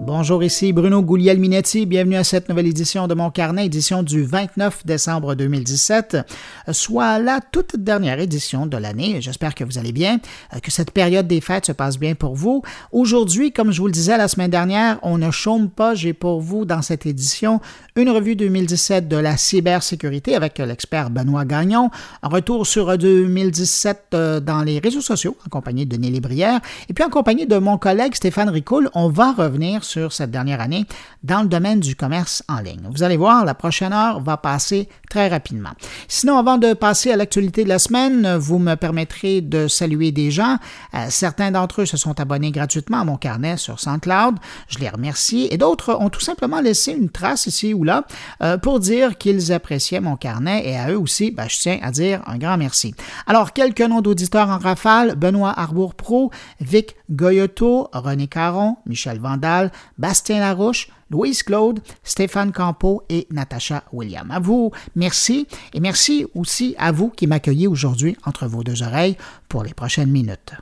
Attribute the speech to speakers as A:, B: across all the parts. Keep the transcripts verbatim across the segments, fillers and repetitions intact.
A: Bonjour, ici Bruno Guglielminetti. Bienvenue à cette nouvelle édition de Mon Carnet, édition du vingt-neuf décembre deux mille dix-sept, soit la toute dernière édition de l'année. J'espère que vous allez bien, que cette période des fêtes se passe bien pour vous. Aujourd'hui, comme je vous le disais la semaine dernière, on ne chôme pas. J'ai pour vous, dans cette édition, une revue deux mille dix-sept de la cybersécurité avec l'expert Benoît Gagnon, un retour sur deux mille dix-sept dans les réseaux sociaux en compagnie de Nelly Brière et puis en compagnie de mon collègue Stéphane Ricoul. On va revenir sur cette dernière année dans le domaine du commerce en ligne. Vous allez voir, la prochaine heure va passer très rapidement. Sinon, avant de passer à l'actualité de la semaine, vous me permettrez de saluer des gens. Euh, certains d'entre eux se sont abonnés gratuitement à Mon Carnet sur SoundCloud. Je les remercie. Et d'autres ont tout simplement laissé une trace ici ou là euh, pour dire qu'ils appréciaient Mon Carnet. Et à eux aussi, ben, je tiens à dire un grand merci. Alors, quelques noms d'auditeurs en rafale: Benoît Arbour-Pro, Vic Goyoto, René Caron, Michel Vandal, Bastien Larouche, Louise Claude, Stéphane Campeau et Natacha William. À vous, merci. Et merci aussi à vous qui m'accueillez aujourd'hui entre vos deux oreilles pour les prochaines minutes.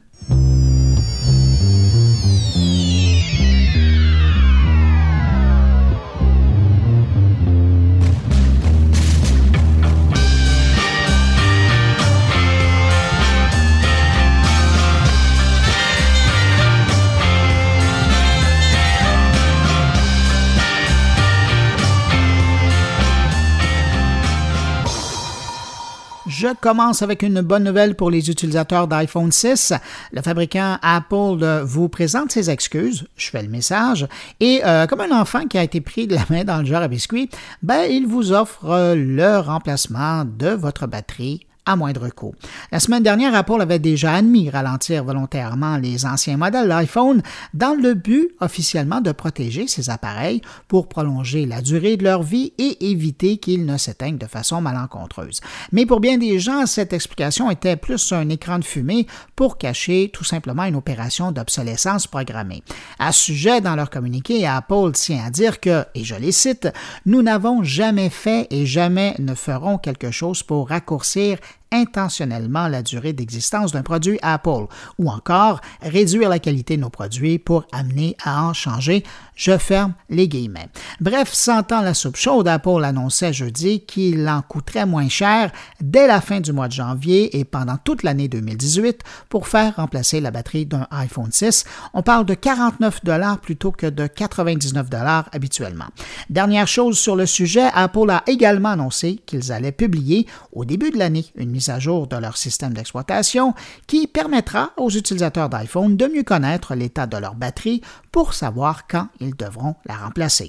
A: Je commence avec une bonne nouvelle pour les utilisateurs d'iPhone six. Le fabricant Apple vous présente ses excuses, je fais le message, et euh, comme un enfant qui a été pris de la main dans le jar à biscuits, ben, il vous offre le remplacement de votre batterie à moindre coût. La semaine dernière, Apple avait déjà admis ralentir volontairement les anciens modèles d'iPhone dans le but officiellement de protéger ces appareils pour prolonger la durée de leur vie et éviter qu'ils ne s'éteignent de façon malencontreuse. Mais pour bien des gens, cette explication était plus un écran de fumée pour cacher tout simplement une opération d'obsolescence programmée. À ce sujet, dans leur communiqué, Apple tient à dire que, et je les cite, « Nous n'avons jamais fait et jamais ne ferons quelque chose pour raccourcir intentionnellement la durée d'existence d'un produit Apple, ou encore réduire la qualité de nos produits pour amener à en changer. Je ferme les guillemets. » Bref, sentant la soupe chaude, Apple annonçait jeudi qu'il en coûterait moins cher dès la fin du mois de janvier et pendant toute l'année deux mille dix-huit pour faire remplacer la batterie d'un iPhone six. On parle de quarante-neuf dollars plutôt que de quatre-vingt-dix-neuf dollars habituellement. Dernière chose sur le sujet, Apple a également annoncé qu'ils allaient publier au début de l'année une mise à jour de leur système d'exploitation qui permettra aux utilisateurs d'iPhone de mieux connaître l'état de leur batterie pour savoir quand ils devront la remplacer.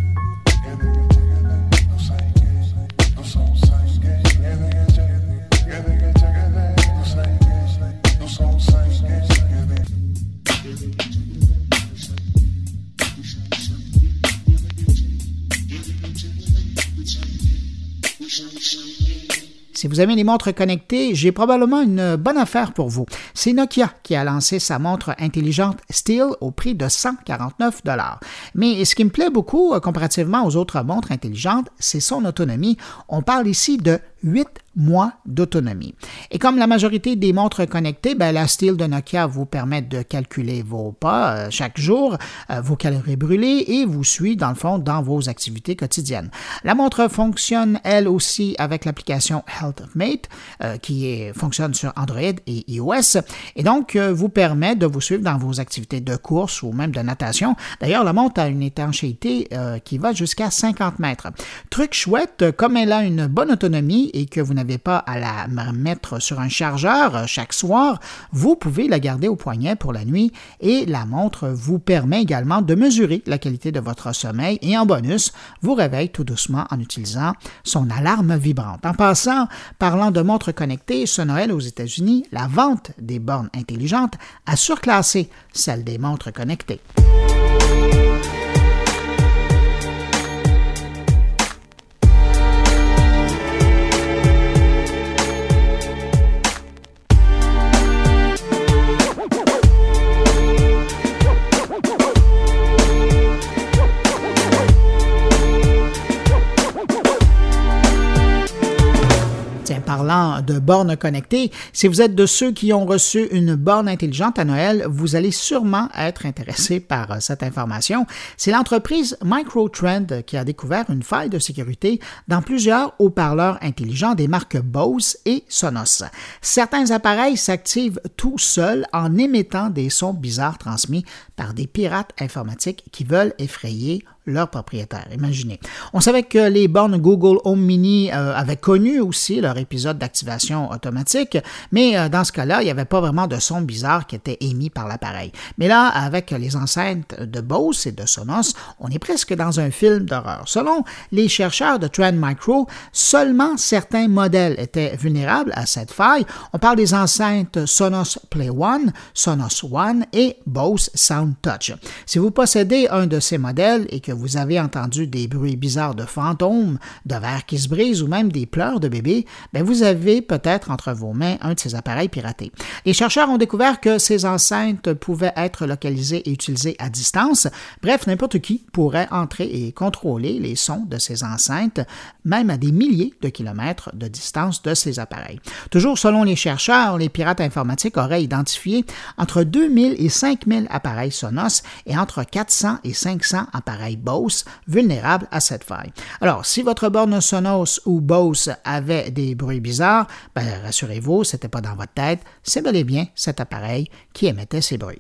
A: Si vous aimez les montres connectées, j'ai probablement une bonne affaire pour vous. C'est Nokia qui a lancé sa montre intelligente Steel au prix de cent quarante-neuf dollars. Mais ce qui me plaît beaucoup, comparativement aux autres montres intelligentes, c'est son autonomie. On parle ici de huit mois d'autonomie. Et comme la majorité des montres connectées, ben, la Steel de Nokia vous permet de calculer vos pas euh, chaque jour, euh, vos calories brûlées et vous suit dans le fond dans vos activités quotidiennes. La montre fonctionne elle aussi avec l'application HealthMate euh, qui est, fonctionne sur Android et iOS et donc euh, vous permet de vous suivre dans vos activités de course ou même de natation. D'ailleurs, la montre a une étanchéité euh, qui va jusqu'à cinquante mètres. Truc chouette, comme elle a une bonne autonomie et que vous n'avez pas à la mettre sur un chargeur chaque soir, vous pouvez la garder au poignet pour la nuit et la montre vous permet également de mesurer la qualité de votre sommeil et en bonus, vous réveille tout doucement en utilisant son alarme vibrante. En passant, parlant de montres connectées, ce Noël aux États-Unis, la vente des bornes intelligentes a surclassé celle des montres connectées. Parlant parlant de bornes connectées, si vous êtes de ceux qui ont reçu une borne intelligente à Noël, vous allez sûrement être intéressé par cette information. C'est l'entreprise Microtrend qui a découvert une faille de sécurité dans plusieurs haut-parleurs intelligents des marques Bose et Sonos. Certains appareils s'activent tout seuls en émettant des sons bizarres transmis par des pirates informatiques qui veulent effrayer leurs propriétaires. Imaginez. On savait que les bornes Google Home Mini euh, avaient connu aussi leur épisode d'activation automatique, mais euh, dans ce cas-là, il n'y avait pas vraiment de son bizarre qui était émis par l'appareil. Mais là, avec les enceintes de Bose et de Sonos, on est presque dans un film d'horreur. Selon les chercheurs de Trend Micro, seulement certains modèles étaient vulnérables à cette faille. On parle des enceintes Sonos Play One, Sonos One et Bose Sound Touch. Si vous possédez un de ces modèles et que vous avez entendu des bruits bizarres de fantômes, de verres qui se brisent ou même des pleurs de bébés, bien vous avez peut-être entre vos mains un de ces appareils piratés. Les chercheurs ont découvert que ces enceintes pouvaient être localisées et utilisées à distance. Bref, n'importe qui pourrait entrer et contrôler les sons de ces enceintes, même à des milliers de kilomètres de distance de ces appareils. Toujours selon les chercheurs, les pirates informatiques auraient identifié entre deux mille et cinq mille appareils Sonos et entre quatre cents et cinq cents appareils Bose vulnérables à cette faille. Alors, si votre borne Sonos ou Bose avait des bruits bizarres, ben, rassurez-vous, ce n'était pas dans votre tête, c'est bel et bien cet appareil qui émettait ces bruits.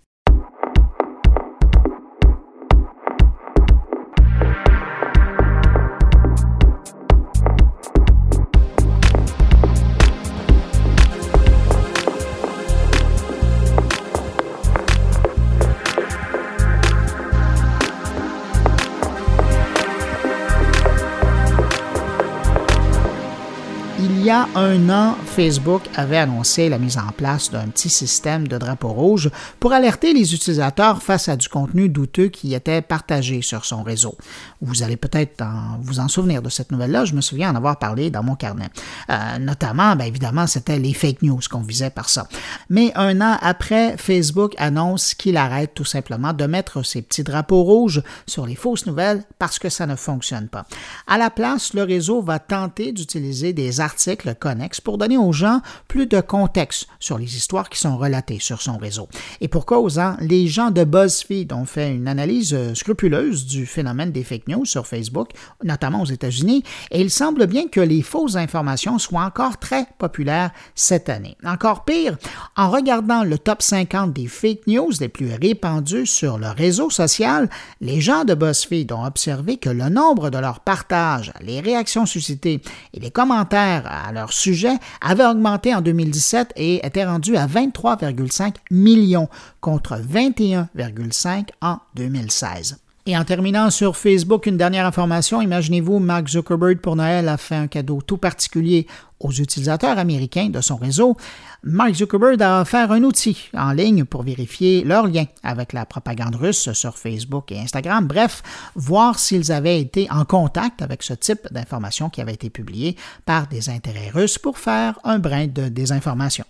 A: Il y a un an, Facebook avait annoncé la mise en place d'un petit système de drapeau rouge pour alerter les utilisateurs face à du contenu douteux qui était partagé sur son réseau. Vous allez peut-être en, vous en souvenir de cette nouvelle-là, je me souviens en avoir parlé dans mon carnet. Euh, notamment, bien évidemment, c'était les fake news qu'on visait par ça. Mais un an après, Facebook annonce qu'il arrête tout simplement de mettre ces petits drapeaux rouges sur les fausses nouvelles parce que ça ne fonctionne pas. À la place, le réseau va tenter d'utiliser des articles connexes pour donner aux gens plus de contexte sur les histoires qui sont relatées sur son réseau. Et pour cause, hein, les gens de BuzzFeed ont fait une analyse scrupuleuse du phénomène des fake news sur Facebook, notamment aux États-Unis, et il semble bien que les fausses informations soient encore très populaires cette année. Encore pire, en regardant le top cinquante des fake news les plus répandues sur le réseau social, les gens de BuzzFeed ont observé que le nombre de leurs partages, les réactions suscitées et les commentaires à leur sujet avait augmenté en deux mille dix-sept et était rendu à vingt-trois virgule cinq millions contre vingt et un virgule cinq en deux mille seize. Et en terminant sur Facebook, une dernière information. Imaginez-vous, Mark Zuckerberg pour Noël a fait un cadeau tout particulier aux utilisateurs américains de son réseau. Mark Zuckerberg a offert un outil en ligne pour vérifier leurs liens avec la propagande russe sur Facebook et Instagram. Bref, voir s'ils avaient été en contact avec ce type d'informations qui avait été publiées par des intérêts russes pour faire un brin de désinformation.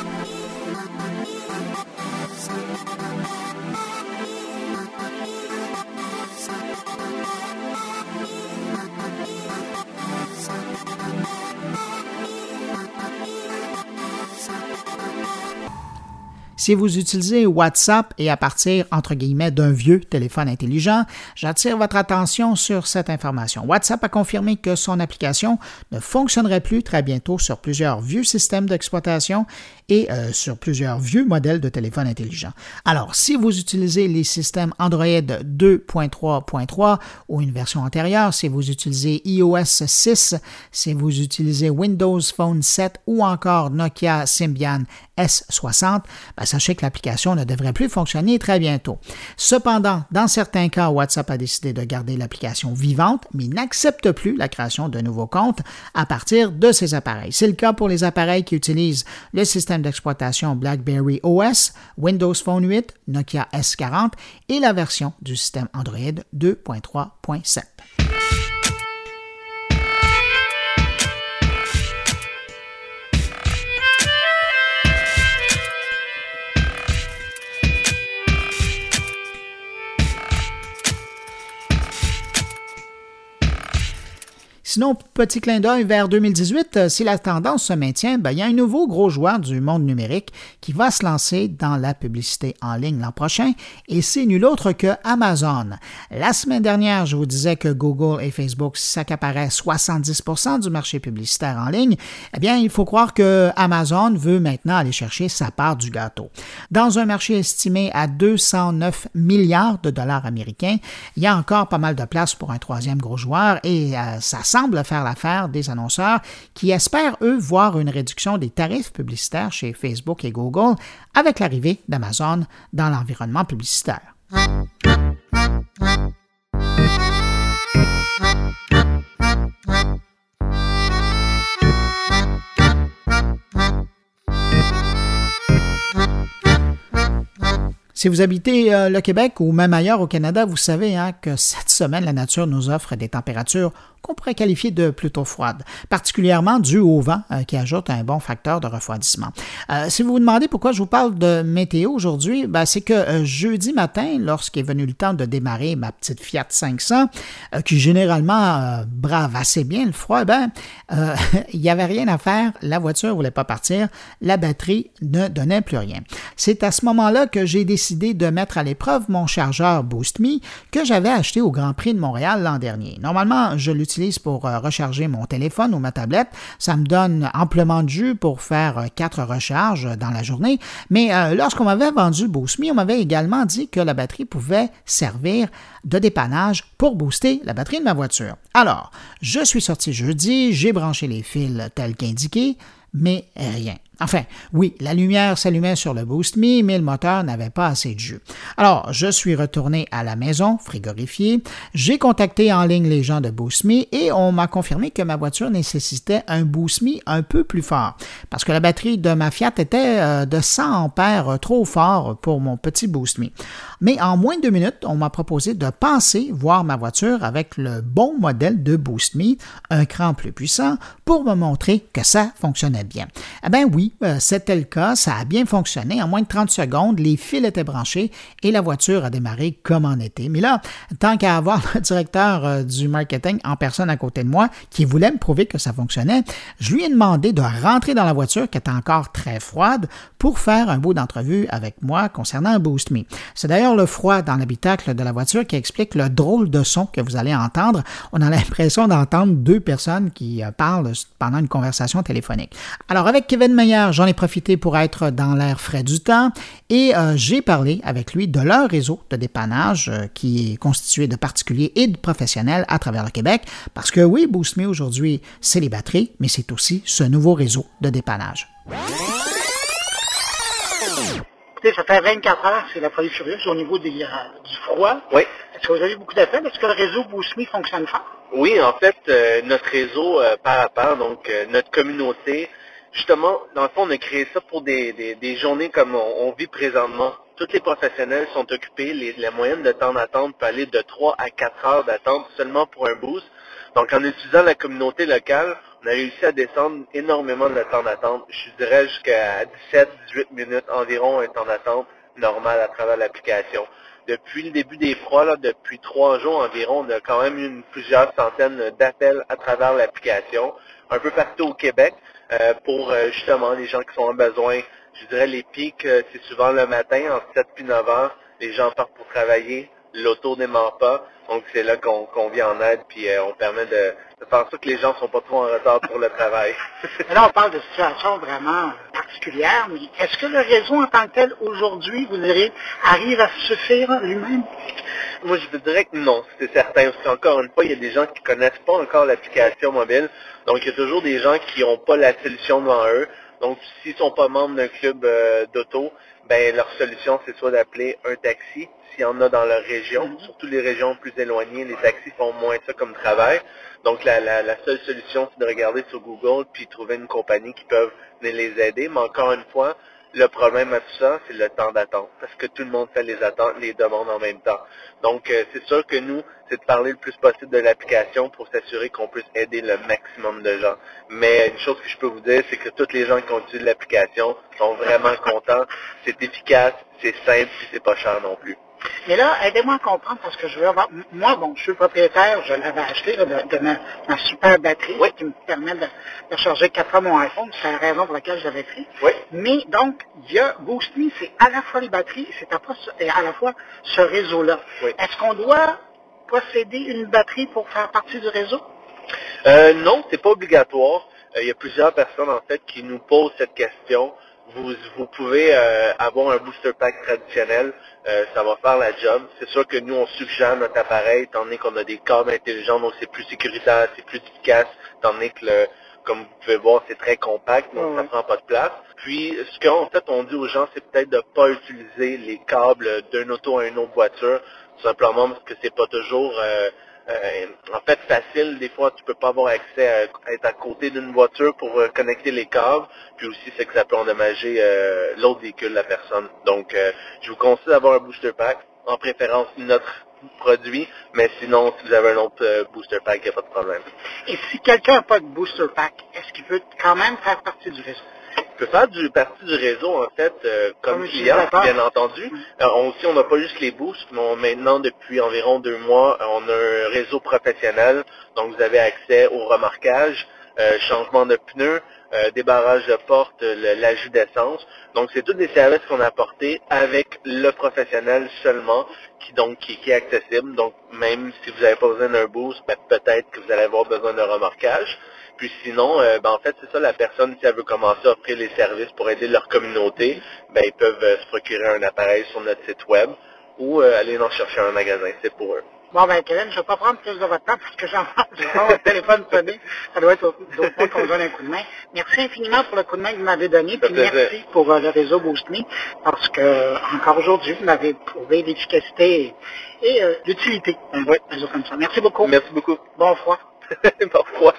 A: Si vous utilisez WhatsApp et à partir, entre guillemets, d'un vieux téléphone intelligent, j'attire votre attention sur cette information. WhatsApp a confirmé que son application ne fonctionnerait plus très bientôt sur plusieurs vieux systèmes d'exploitation et euh, sur plusieurs vieux modèles de téléphones intelligents. Alors, si vous utilisez les systèmes Android deux point trois point trois ou une version antérieure, si vous utilisez i O S six, si vous utilisez Windows Phone sept ou encore Nokia Symbian S soixante, ben, sachez que l'application ne devrait plus fonctionner très bientôt. Cependant, dans certains cas, WhatsApp a décidé de garder l'application vivante, mais n'accepte plus la création de nouveaux comptes à partir de ces appareils. C'est le cas pour les appareils qui utilisent le système d'exploitation BlackBerry O S, Windows Phone huit, Nokia S quarante et la version du système Android deux point trois point sept. Sinon, petit clin d'œil vers deux mille dix-huit, si la tendance se maintient, ben, il y a un nouveau gros joueur du monde numérique qui va se lancer dans la publicité en ligne l'an prochain, et c'est nul autre que Amazon. La semaine dernière, je vous disais que Google et Facebook s'accaparaient soixante-dix pour cent du marché publicitaire en ligne. Eh bien, il faut croire que Amazon veut maintenant aller chercher sa part du gâteau. Dans un marché estimé à deux cent neuf milliards de dollars américains, il y a encore pas mal de place pour un troisième gros joueur et euh, ça semble faire l'affaire des annonceurs qui espèrent, eux, voir une réduction des tarifs publicitaires chez Facebook et Google avec l'arrivée d'Amazon dans l'environnement publicitaire. Si vous habitez euh, le Québec ou même ailleurs au Canada, vous savez hein, que cette semaine, la nature nous offre des températures qu'on pourrait qualifier de plutôt froides, particulièrement dû au vent euh, qui ajoute un bon facteur de refroidissement. Euh, si vous vous demandez pourquoi je vous parle de météo aujourd'hui, ben, c'est que euh, jeudi matin, lorsqu'est venu le temps de démarrer ma petite Fiat cinq cents, euh, qui généralement euh, brave assez bien le froid, ben, euh, il n'y avait rien à faire, la voiture ne voulait pas partir, la batterie ne donnait plus rien. C'est à ce moment-là que j'ai décidé de mettre à l'épreuve mon chargeur BoostMe que j'avais acheté au Grand Prix de Montréal l'an dernier. Normalement, je l'utilise pour euh, recharger mon téléphone ou ma tablette. Ça me donne amplement de jus pour faire euh, quatre recharges dans la journée. Mais euh, lorsqu'on m'avait vendu BoostMe, on m'avait également dit que la batterie pouvait servir de dépannage pour booster la batterie de ma voiture. Alors, je suis sorti jeudi, j'ai branché les fils tels qu'indiqué, mais rien. Enfin, oui, la lumière s'allumait sur le BoostMe, mais le moteur n'avait pas assez de jus. Alors, je suis retourné à la maison, frigorifié. J'ai contacté en ligne les gens de BoostMe et on m'a confirmé que ma voiture nécessitait un BoostMe un peu plus fort parce que la batterie de ma Fiat était euh, de cent ampères trop fort pour mon petit BoostMe. Mais en moins de deux minutes, on m'a proposé de passer voir ma voiture avec le bon modèle de BoostMe, un cran plus puissant, pour me montrer que ça fonctionnait bien. Eh bien oui, euh, c'était le cas, ça a bien fonctionné. En moins de trente secondes, les fils étaient branchés et la voiture a démarré comme en été. Mais là, tant qu'à avoir le directeur euh, du marketing en personne à côté de moi qui voulait me prouver que ça fonctionnait, je lui ai demandé de rentrer dans la voiture qui était encore très froide pour faire un bout d'entrevue avec moi concernant BoostMe. C'est d'ailleurs le froid dans l'habitacle de la voiture qui explique le drôle de son que vous allez entendre. On a l'impression d'entendre deux personnes qui euh, parlent pendant une conversation téléphonique. Alors avec Kevin Meyer, j'en ai profité pour être dans l'air frais du temps et euh, j'ai parlé avec lui de leur réseau de dépannage euh, qui est constitué de particuliers et de professionnels à travers le Québec parce que oui, BoostMe aujourd'hui, c'est les batteries, mais c'est aussi ce nouveau réseau de dépannage.
B: Écoutez, ça fait vingt-quatre heures, c'est la folie furieuse au niveau des, euh, du froid.
C: Oui.
B: Est-ce que vous avez beaucoup d'appels? Est-ce que le réseau BoostMe fonctionne fort?
C: Oui, en fait, euh, notre réseau euh, par à part, donc euh, notre communauté, justement, dans le fond, on a créé ça pour des, des, des journées comme on, on vit présentement. Tous les professionnels sont occupés. Les, la moyenne de temps d'attente peut aller de trois à quatre heures d'attente seulement pour un boost. Donc, en utilisant la communauté locale, on a réussi à descendre énormément le temps d'attente. Je dirais jusqu'à dix-sept à dix-huit minutes environ un temps d'attente normal à travers l'application. Depuis le début des froids, là, depuis trois jours environ, on a quand même eu une, plusieurs centaines d'appels à travers l'application, un peu partout au Québec, euh, pour euh, justement les gens qui sont en besoin. Je dirais les pics, euh, c'est souvent le matin, entre sept et neuf heures, les gens partent pour travailler, l'auto démarre pas, donc c'est là qu'on qu'on vient en aide, puis euh, on permet de, de faire ça que les gens sont pas trop en retard pour le travail.
B: Là, on parle de situation vraiment particulière, mais est-ce que le réseau en tant que tel, aujourd'hui, vous direz, arrive à suffire lui-même?
C: Moi, je te dirais que non, c'est certain. Parce qu'encore une fois, il y a des gens qui connaissent pas encore l'application mobile. Donc, il y a toujours des gens qui n'ont pas la solution devant eux. Donc, s'ils sont pas membres d'un club euh, d'auto, ben leur solution, c'est soit d'appeler un taxi, s'il y en a dans leur région. Mm-hmm. Surtout les régions plus éloignées, les taxis font moins ça comme travail. Donc, la, la, la seule solution, c'est de regarder sur Google puis trouver une compagnie qui peut venir les aider. Mais encore une fois, le problème à tout ça, c'est le temps d'attente, parce que tout le monde fait les attentes, les demandes en même temps. Donc, euh, c'est sûr que nous, c'est de parler le plus possible de l'application pour s'assurer qu'on puisse aider le maximum de gens. Mais une chose que je peux vous dire, c'est que tous les gens qui ont utilisé l'application sont vraiment contents. C'est efficace, c'est simple, puis c'est pas cher non plus.
B: Mais là, aidez-moi à comprendre parce que je veux avoir... Moi, bon, je suis le propriétaire, je l'avais acheté là, de, de ma, ma super batterie oui. qui me permet de, de charger quatre fois mon iPhone. C'est la raison pour laquelle je l'avais pris.
C: Oui.
B: Mais donc, via BoostMe, c'est à la fois les batteries, c'est à la fois ce réseau-là.
C: Oui.
B: Est-ce qu'on doit posséder une batterie pour faire partie du réseau?
C: Euh, non, c'est pas obligatoire. Euh, il y a plusieurs personnes, en fait, qui nous posent cette question. Vous, vous pouvez euh, avoir un booster pack traditionnel, euh, ça va faire la job. C'est sûr que nous, on suggère notre appareil, étant donné qu'on a des câbles intelligents, donc c'est plus sécuritaire, c'est plus efficace, étant donné que, le, comme vous pouvez voir, c'est très compact, donc mmh. ça prend pas de place. Puis, ce qu'en fait, on dit aux gens, c'est peut-être de ne pas utiliser les câbles d'un auto à une autre voiture, tout simplement parce que c'est pas toujours... Euh, Euh, en fait, facile, des fois, tu peux pas avoir accès à, à être à côté d'une voiture pour euh, connecter les câbles, puis aussi, c'est que ça peut endommager euh, l'autre véhicule de la personne. Donc, euh, je vous conseille d'avoir un booster pack, en préférence notre produit, mais sinon, si vous avez un autre euh, booster pack, il n'y a pas de problème.
B: Et si quelqu'un n'a pas de booster pack, est-ce qu'il peut quand même faire partie du réseau?
C: peut faire du, partie du réseau, en fait, euh, comme, comme client, bien entendu. Euh, on, aussi, on n'a pas juste les boosts, mais on, maintenant, depuis environ deux mois, on a un réseau professionnel. Donc, vous avez accès au remorquage, euh, changement de pneus, euh, débarrage de porte, l'ajout d'essence. Donc, c'est tous des services qu'on a apportés avec le professionnel seulement, qui donc qui, qui est accessible. Donc, même si vous n'avez pas besoin d'un boost, ben, peut-être que vous allez avoir besoin d'un remorquage. Puis sinon, euh, ben, en fait, c'est ça, la personne, si elle veut commencer à offrir les services pour aider leur communauté, ben, ils peuvent euh, se procurer un appareil sur notre site web ou euh, aller en chercher un magasin. C'est pour eux.
B: Bon, ben, Kevin, je ne vais pas prendre plus de votre temps parce que j'en ai mon téléphone sonné. Ça doit être d'autres points qu'on me donne un coup de main. Merci infiniment pour le coup de main que vous m'avez donné. Puis merci pour euh, le réseau BoostMe parce que, encore aujourd'hui, vous m'avez prouvé l'efficacité et, et euh, l'utilité d'un oui. réseau comme ça. Merci beaucoup.
C: Merci beaucoup.
B: Bon froid.
C: bon froid.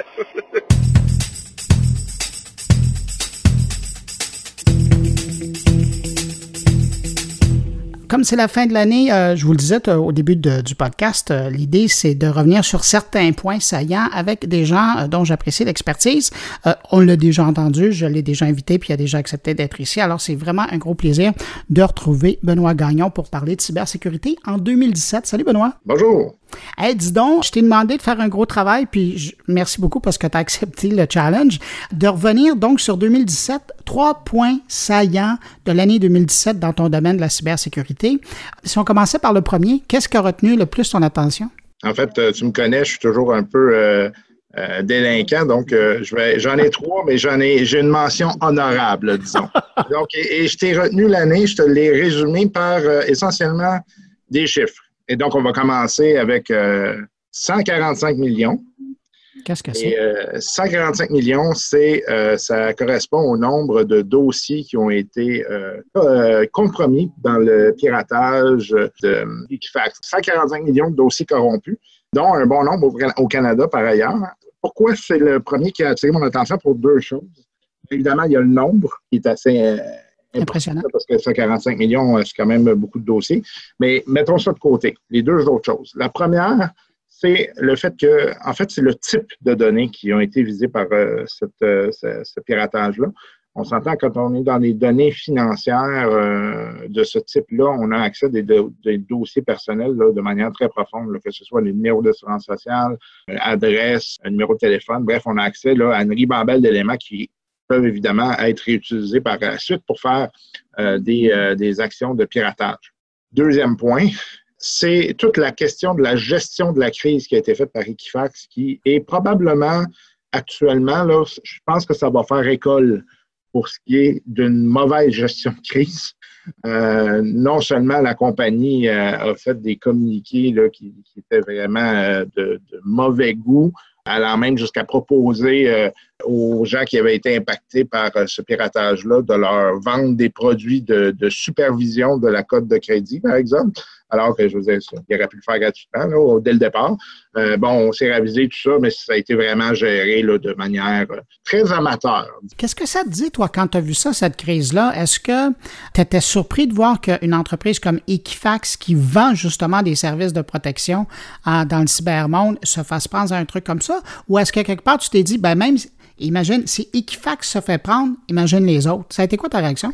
A: Comme c'est la fin de l'année, euh, je vous le disais au début de, du podcast, euh, l'idée c'est de revenir sur certains points saillants avec des gens euh, dont j'apprécie l'expertise. Euh, on l'a déjà entendu, je l'ai déjà invité puis il a déjà accepté d'être ici. Alors c'est vraiment un gros plaisir de retrouver Benoît Gagnon pour parler de cybersécurité en deux mille dix-sept. Salut Benoît.
D: Bonjour.
A: Hey, dis donc, je t'ai demandé de faire un gros travail, puis je, merci beaucoup parce que tu as accepté le challenge, de revenir donc sur deux mille dix-sept, trois points saillants de l'année deux mille dix-sept dans ton domaine de la cybersécurité. Si on commençait par le premier, qu'est-ce qui a retenu le plus ton attention?
D: En fait, tu me connais, je suis toujours un peu euh, euh, délinquant, donc euh, je vais, j'en ai trois, mais j'en ai, j'ai une mention honorable, disons. Donc, et, et je t'ai retenu l'année, je te l'ai résumé par euh, essentiellement des chiffres. Et donc, on va commencer avec euh, cent quarante-cinq millions.
A: Qu'est-ce que c'est?
D: Et, euh, cent quarante-cinq millions, c'est, euh, ça correspond au nombre de dossiers qui ont été euh, euh, compromis dans le piratage de Equifax. cent quarante-cinq millions de dossiers corrompus, dont un bon nombre au, au Canada par ailleurs. Pourquoi c'est le premier qui a attiré mon attention? Pour deux choses. Évidemment, il y a le nombre qui est assez... Euh,
A: impressionnant.
D: Parce que cent quarante-cinq millions, c'est quand même beaucoup de dossiers. Mais mettons ça de côté. Les deux autres choses. La première, c'est le fait que, en fait, c'est le type de données qui ont été visées par euh, cette, euh, ce, ce piratage-là. On s'entend quand on est dans les données financières euh, de ce type-là, on a accès à des, do- des dossiers personnels là, de manière très profonde, là, que ce soit les numéros d'assurance sociale, euh, adresse, un numéro de téléphone. Bref, on a accès là, à une ribambelle d'éléments qui peuvent évidemment être réutilisés par la suite pour faire euh, des, euh, des actions de piratage. Deuxième point, c'est toute la question de la gestion de la crise qui a été faite par Equifax, qui est probablement actuellement, là, je pense que ça va faire école pour ce qui est d'une mauvaise gestion de crise. Euh, non seulement la compagnie euh, a fait des communiqués là, qui, qui étaient vraiment euh, de, de mauvais goût, allant même jusqu'à proposer euh, aux gens qui avaient été impactés par euh, ce piratage-là de leur vendre des produits de, de supervision de la cote de crédit, par exemple, alors que, je veux dire, ça, il aurait pu le faire gratuitement là, dès le départ. Euh, bon, on s'est ravisé tout ça, mais ça a été vraiment géré là, de manière euh, très amateur.
A: Qu'est-ce que ça te dit, toi, quand tu as vu ça, cette crise-là? Est-ce que tu étais surpris de voir qu'une entreprise comme Equifax, qui vend justement des services de protection euh, dans le cybermonde, se fasse prendre à un truc comme ça? Ou est-ce que quelque part, tu t'es dit, ben même, imagine, si Equifax se fait prendre, imagine les autres. Ça a été quoi ta réaction?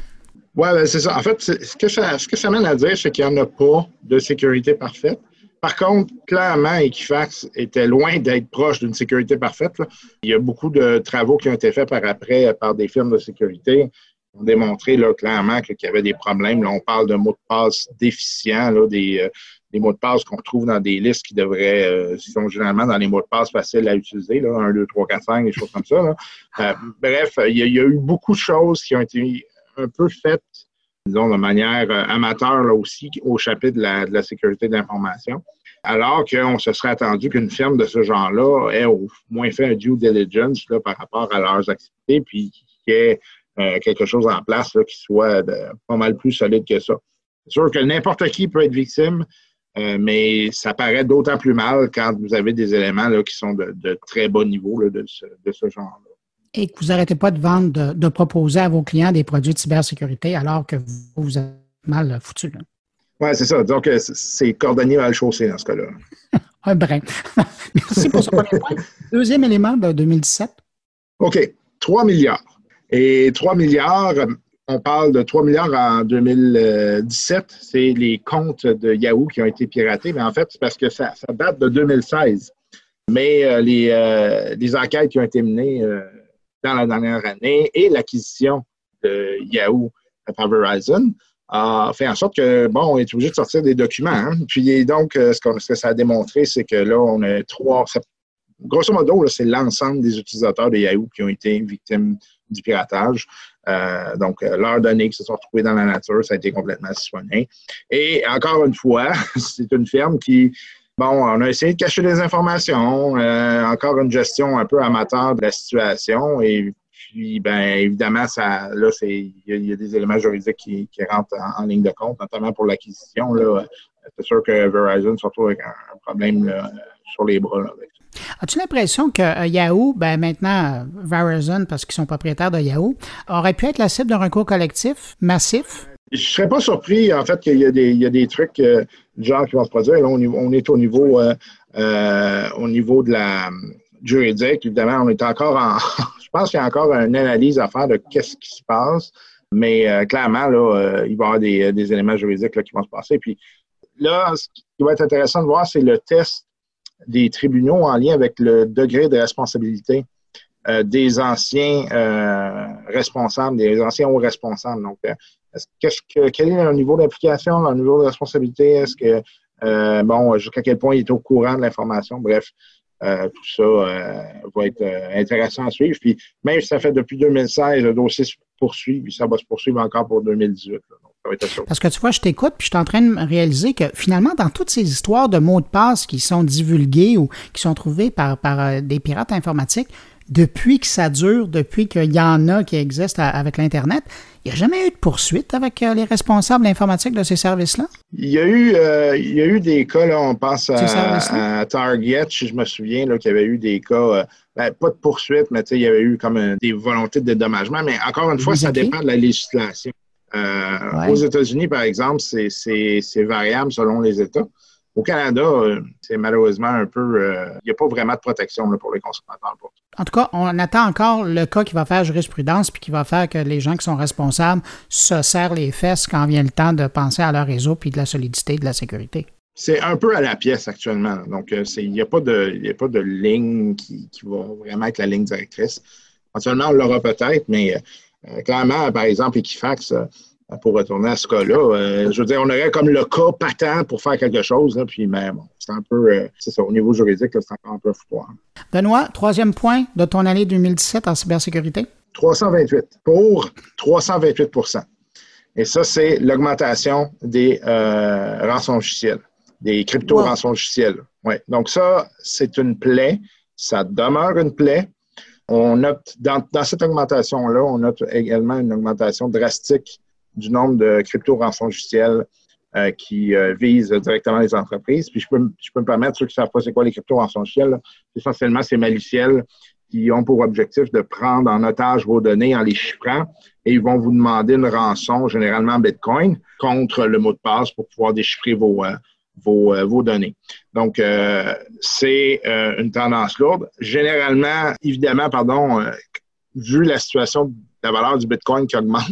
D: Oui, ben c'est ça. En fait, ce que ça, ce que ça mène à dire, c'est qu'il n'y en a pas de sécurité parfaite. Par contre, clairement, Equifax était loin d'être proche d'une sécurité parfaite, là. Il y a beaucoup de travaux qui ont été faits par après par des firmes de sécurité qui ont démontré là, clairement qu'il y avait des problèmes. Là, on parle de mots de passe déficients, là, des, euh, des mots de passe qu'on retrouve dans des listes qui devraient, euh, qui sont généralement dans les mots de passe faciles à utiliser, là, un, deux, trois, quatre, cinq, des choses comme ça. Là. Euh, bref, il y, a, il y a eu beaucoup de choses qui ont été un peu faites, disons, de manière euh, amateur là aussi, au chapitre de la, de la sécurité de l'information, alors qu'on se serait attendu qu'une firme de ce genre-là ait au moins fait un due diligence là, par rapport à leurs activités, puis qu'il y ait euh, quelque chose en place là, qui soit de, pas mal plus solide que ça. C'est sûr que n'importe qui peut être victime, euh, mais ça paraît d'autant plus mal quand vous avez des éléments là, qui sont de, de très bas niveau là, de ce, de ce genre-là.
A: Et que vous n'arrêtez pas de vendre, de, de proposer à vos clients des produits de cybersécurité alors que vous, vous êtes mal foutu.
D: Oui, c'est ça. Donc, c'est cordonnier à le chausser dans ce cas-là.
A: Un brin. Merci pour ce premier point. Deuxième élément de deux mille dix-sept.
D: OK. trois milliards. Et trois milliards, on parle de trois milliards en deux mille dix-sept. C'est les comptes de Yahoo qui ont été piratés. Mais en fait, c'est parce que ça, ça date de deux mille seize. Mais euh, les, euh, les enquêtes qui ont été menées euh, dans la dernière année et l'acquisition de Yahoo par Verizon a fait en sorte que, bon, on est obligé de sortir des documents. Hein? Puis donc, ce, qu'on, ce que ça a démontré, c'est que là, on a trois... Ça, grosso modo, là, c'est l'ensemble des utilisateurs de Yahoo qui ont été victimes du piratage. Euh, donc, leurs données qui se sont retrouvées dans la nature, ça a été complètement siphonné. Et encore une fois, c'est une firme qui... Bon, on a essayé de cacher des informations, euh, encore une gestion un peu amateur de la situation et puis, bien évidemment, ça, là, c'est, il y, y a des éléments juridiques qui, qui rentrent en, en ligne de compte, notamment pour l'acquisition. Là, c'est sûr que Verizon se retrouve avec un, un problème là, sur les bras. Là, avec ça.
A: As-tu l'impression que euh, Yahoo, ben maintenant, Verizon, parce qu'ils sont propriétaires de Yahoo, aurait pu être la cible d'un recours collectif massif?
D: Je ne serais pas surpris, en fait, qu'il y a des, il y a des trucs euh, du genre qui vont se produire. Là, on, on est au niveau, euh, euh, au niveau de la juridique. Évidemment, on est encore en... je pense qu'il y a encore une analyse à faire de qu'est-ce qui se passe. Mais euh, clairement, là, euh, il va y avoir des, des éléments juridiques là, qui vont se passer. Puis là, ce qui va être intéressant de voir, c'est le test des tribunaux en lien avec le degré de responsabilité euh, des anciens euh, responsables, des anciens hauts responsables. Donc, euh, Est-ce, qu'est-ce que, quel est leur niveau d'implication, leur niveau de responsabilité? Est-ce que, euh, bon, jusqu'à quel point il est au courant de l'information? Bref, euh, tout ça euh, va être euh, intéressant à suivre. Puis, même si ça fait depuis deux mille seize, le dossier se poursuit, puis ça va se poursuivre encore pour deux mille dix-huit. Là. Donc, ça va être ça.
A: Parce que tu vois, je t'écoute, puis je suis en train de réaliser que finalement, dans toutes ces histoires de mots de passe qui sont divulgués ou qui sont trouvés par, par euh, des pirates informatiques, depuis que ça dure, depuis qu'il y en a qui existent avec l'Internet, il n'y a jamais eu de poursuite avec les responsables informatiques de ces services-là?
D: Il y a eu, euh, il y a eu des cas, là, on pense à, à Target, si je me souviens, là, qu'il y avait eu des cas, euh, ben, pas de poursuite, mais il y avait eu comme un, des volontés de dédommagement, mais encore une fois, ça dépend de la législation. Euh, ouais. Aux États-Unis, par exemple, c'est, c'est, c'est variable selon les États. Au Canada, c'est malheureusement un peu... Il euh, n'y a pas vraiment de protection là, pour les consommateurs.
A: En tout cas, on attend encore le cas qui va faire jurisprudence puis qui va faire que les gens qui sont responsables se serrent les fesses quand vient le temps de penser à leur réseau puis de la solidité et de la sécurité.
D: C'est un peu à la pièce actuellement. Donc, il n'y a, a pas de ligne qui, qui va vraiment être la ligne directrice. Éventuellement, on l'aura peut-être, mais euh, clairement, par exemple, Equifax... Euh, pour retourner à ce cas-là. Euh, je veux dire, on aurait comme le cas patent pour faire quelque chose, là, puis mais bon, c'est un peu, euh, c'est ça, au niveau juridique, là, c'est encore un peu foutoir.
A: Benoît, troisième point de ton année deux mille dix-sept en cybersécurité?
D: trois cent vingt-huit pour trois cent vingt-huit pour cent. Et ça, c'est l'augmentation des euh, rançongiciels, des crypto-rançongiciels. Wow. Ouais. Donc ça, c'est une plaie, ça demeure une plaie. On note, dans, dans cette augmentation-là, on note également une augmentation drastique du nombre de crypto-rançongiciels euh, qui euh, visent directement les entreprises. Puis je peux, je peux me permettre, ceux qui ne savent pas c'est quoi les crypto-rançongiciels, essentiellement, c'est maliciels qui ont pour objectif de prendre en otage vos données en les chiffrant et ils vont vous demander une rançon, généralement en Bitcoin, contre le mot de passe pour pouvoir déchiffrer vos, euh, vos, euh, vos données. Donc, euh, c'est euh, une tendance lourde. Généralement, évidemment, pardon, euh, vu la situation de la valeur du Bitcoin qui augmente,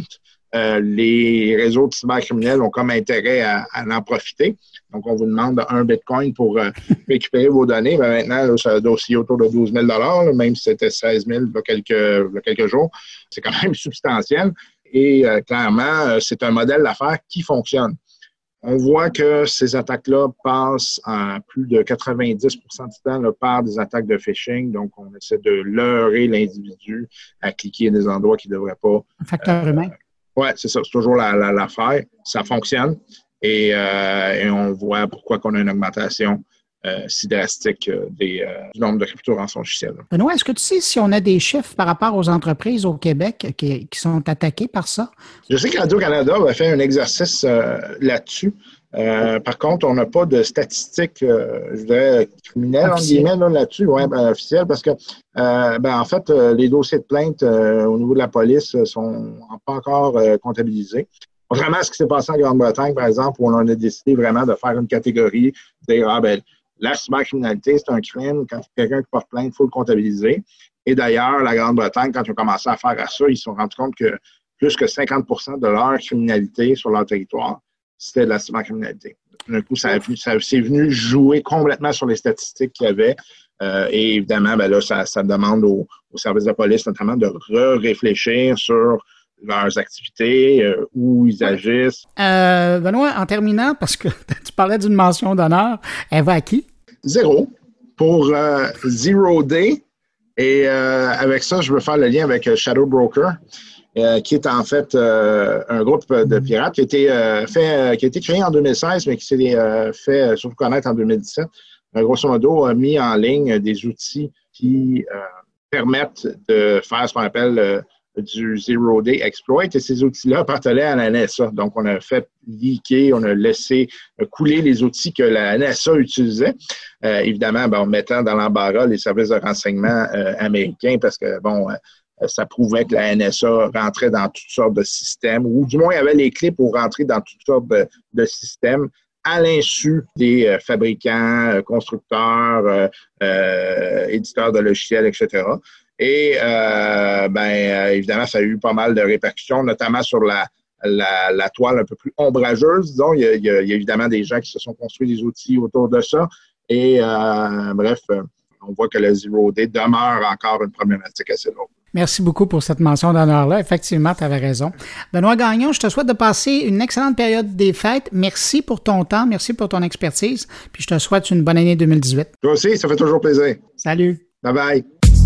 D: euh, les réseaux de cybercriminels ont comme intérêt à, à en profiter. Donc, on vous demande un bitcoin pour euh, récupérer vos données. Ben, maintenant, là, ça doit osciller autour de douze mille dollars, là, même si c'était seize mille il y a quelques, il y a quelques jours. C'est quand même substantiel. Et euh, clairement, euh, c'est un modèle d'affaires qui fonctionne. On voit que ces attaques-là passent à plus de quatre-vingt-dix pour cent du temps là, par des attaques de phishing. Donc, on essaie de leurrer l'individu à cliquer à des endroits qu'il ne devrait pas.
A: Un facteur euh, humain.
D: Oui, c'est ça. C'est toujours la, la, l'affaire. Ça fonctionne. Et, euh, et on voit pourquoi on a une augmentation Euh, si drastique euh, des, euh, du nombre de crypto-rançongiciels.
A: Benoît, est-ce que tu sais si on a des chiffres par rapport aux entreprises au Québec qui, qui sont attaquées par ça?
D: Je sais que Radio-Canada a fait un exercice euh, là-dessus. Euh, par contre, on n'a pas de statistiques, euh, je dirais, criminelles, en guillemets, là, là-dessus, ouais, ben, officielles, parce que, euh, ben, en fait, euh, les dossiers de plainte euh, au niveau de la police euh, sont pas encore euh, comptabilisés. Contrairement à ce qui s'est passé en Grande-Bretagne, par exemple, où on a décidé vraiment de faire une catégorie, de dire, ah, ben, la cybercriminalité, c'est un crime. Quand il y a quelqu'un qui porte plainte, il faut le comptabiliser. Et d'ailleurs, la Grande-Bretagne, quand ils ont commencé à faire à ça, ils se sont rendus compte que plus que cinquante pour cent de leur criminalité sur leur territoire, c'était de la cybercriminalité. D'un coup, ça, a, ça c'est venu jouer complètement sur les statistiques qu'il y avait. Euh, et évidemment, ben là, ça, ça demande aux, aux services de police notamment de re-réfléchir sur leurs activités, euh, où ils agissent.
A: Euh, Benoît, en terminant, parce que tu parlais d'une mention d'honneur, elle va à qui?
D: Zéro. Pour euh, Zero Day. Et euh, avec ça, je veux faire le lien avec Shadow Broker, euh, qui est en fait euh, un groupe de pirates qui a été, euh, fait, euh, qui a été créé en deux mille seize, mais qui s'est euh, fait surtout connaître en deux mille dix-sept. Euh, grosso modo, a mis en ligne des outils qui euh, permettent de faire ce qu'on appelle euh, du Zero Day Exploit, et ces outils-là appartenaient à la N S A. Donc, on a fait leaker, on a laissé couler les outils que la N S A utilisait, euh, évidemment, ben, en mettant dans l'embarras les services de renseignement euh, américains, parce que, bon, euh, ça prouvait que la N S A rentrait dans toutes sortes de systèmes, ou du moins, il y avait les clés pour rentrer dans toutes sortes de, de systèmes, à l'insu des euh, fabricants, euh, constructeurs, euh, euh, éditeurs de logiciels, et cetera. Et, euh, ben, évidemment, ça a eu pas mal de répercussions, notamment sur la, la, la toile un peu plus ombrageuse, disons. Il y, a, il y a évidemment des gens qui se sont construits des outils autour de ça. Et, euh, bref, on voit que le Zero Day demeure encore une problématique assez lourde.
A: Merci beaucoup pour cette mention d'honneur-là. Effectivement, tu avais raison. Benoît Gagnon, je te souhaite de passer une excellente période des fêtes. Merci pour ton temps, merci pour ton expertise. Puis je te souhaite une bonne année deux mille dix-huit.
D: Toi aussi, ça fait toujours plaisir.
A: Salut.
D: Bye bye.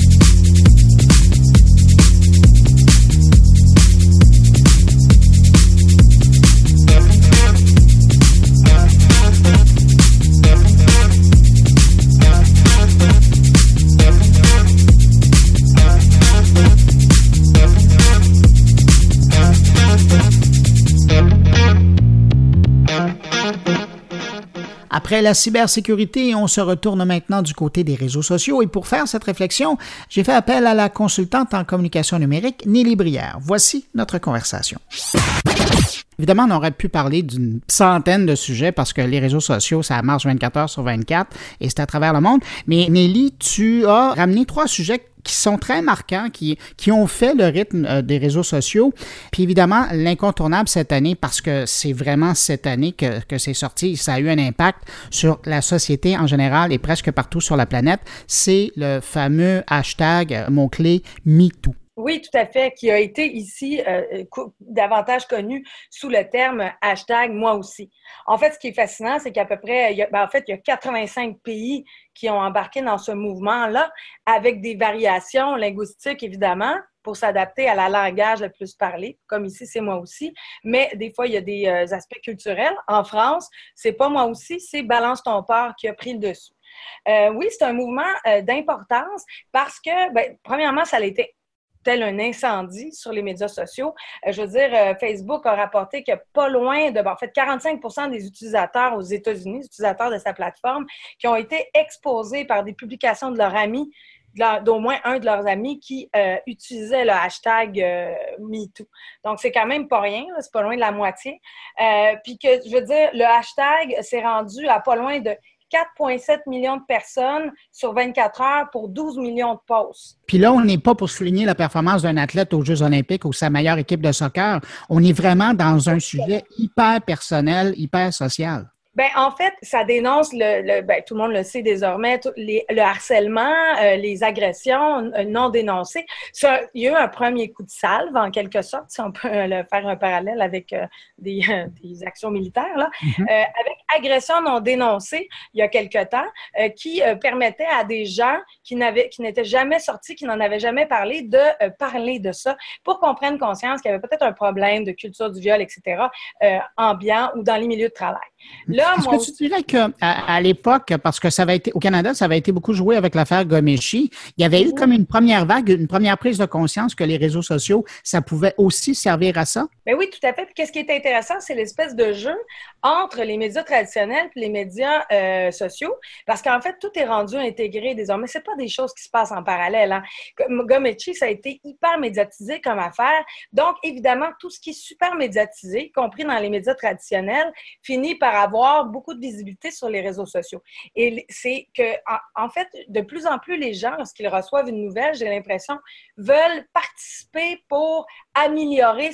A: Après la cybersécurité, on se retourne maintenant du côté des réseaux sociaux et pour faire cette réflexion, j'ai fait appel à la consultante en communication numérique, Nelly Brière. Voici notre conversation. Évidemment, on aurait pu parler d'une centaine de sujets parce que les réseaux sociaux, ça marche vingt-quatre heures sur vingt-quatre et c'est à travers le monde. Mais Nelly, tu as ramené trois sujets qui sont très marquants, qui, qui ont fait le rythme euh, des réseaux sociaux. Puis évidemment, l'incontournable cette année, parce que c'est vraiment cette année que, que c'est sorti, ça a eu un impact sur la société en général et presque partout sur la planète, c'est le fameux hashtag, euh, mot-clé MeToo.
E: Oui, tout à fait, qui a été ici euh, davantage connu sous le terme hashtag moi aussi. En fait, ce qui est fascinant, c'est qu'à peu près, il y a, ben en fait, il y a quatre-vingt-cinq pays qui ont embarqué dans ce mouvement-là, avec des variations linguistiques, évidemment, pour s'adapter à la langage le plus parlé, comme ici, c'est moi aussi. Mais des fois, il y a des euh, aspects culturels. En France, c'est pas moi aussi, c'est Balance ton porc qui a pris le dessus. Euh, oui, c'est un mouvement euh, d'importance parce que, ben, premièrement, ça a été tel un incendie sur les médias sociaux. Euh, je veux dire, euh, Facebook a rapporté que pas loin de, ben, en fait, quarante-cinq pour cent des utilisateurs aux États-Unis, les utilisateurs de sa plateforme, qui ont été exposés par des publications de leurs amis, de leur, d'au moins un de leurs amis qui euh, utilisait le hashtag euh, MeToo. Donc, c'est quand même pas rien, là, c'est pas loin de la moitié. Euh, puis que, je veux dire, le hashtag s'est rendu à pas loin de quatre virgule sept millions de personnes sur vingt-quatre heures pour douze millions de posts.
A: Puis là, on n'est pas pour souligner la performance d'un athlète aux Jeux olympiques ou sa meilleure équipe de soccer. On est vraiment dans un sujet hyper personnel, hyper social.
E: Ben en fait, ça dénonce le, le ben, tout le monde le sait désormais, tout, les, le harcèlement, euh, les agressions euh, non dénoncées. Ça, il y a eu un premier coup de salve en quelque sorte, si on peut euh, le faire un parallèle avec euh, des, euh, des actions militaires là, mm-hmm. euh, avec agression non dénoncée il y a quelque temps, euh, qui euh, permettait à des gens qui n'avaient, qui n'étaient jamais sortis, qui n'en avaient jamais parlé, de euh, parler de ça pour qu'on prenne conscience qu'il y avait peut-être un problème de culture du viol, et cetera, euh, ambiant ou dans les milieux de travail. Là,
A: Est-ce que tu dirais qu'à à, l'époque, parce que ça avait été au Canada, ça avait été beaucoup joué avec l'affaire Ghomeshi, il y avait eu comme une première vague, une première prise de conscience que les réseaux sociaux, ça pouvait aussi servir à ça?
E: Ben oui, tout à fait. Puis qu'est-ce qui est intéressant, c'est l'espèce de jeu entre les médias traditionnels et les médias euh, sociaux, parce qu'en fait, tout est rendu intégré désormais. C'est pas des choses qui se passent en parallèle. Hein. Ghomeshi, ça a été hyper médiatisé comme affaire. Donc, évidemment, tout ce qui est super médiatisé, y compris dans les médias traditionnels, finit par avoir beaucoup de visibilité sur les réseaux sociaux. Et c'est que, en, en fait, de plus en plus, les gens, lorsqu'ils reçoivent une nouvelle, j'ai l'impression, veulent participer pour améliorer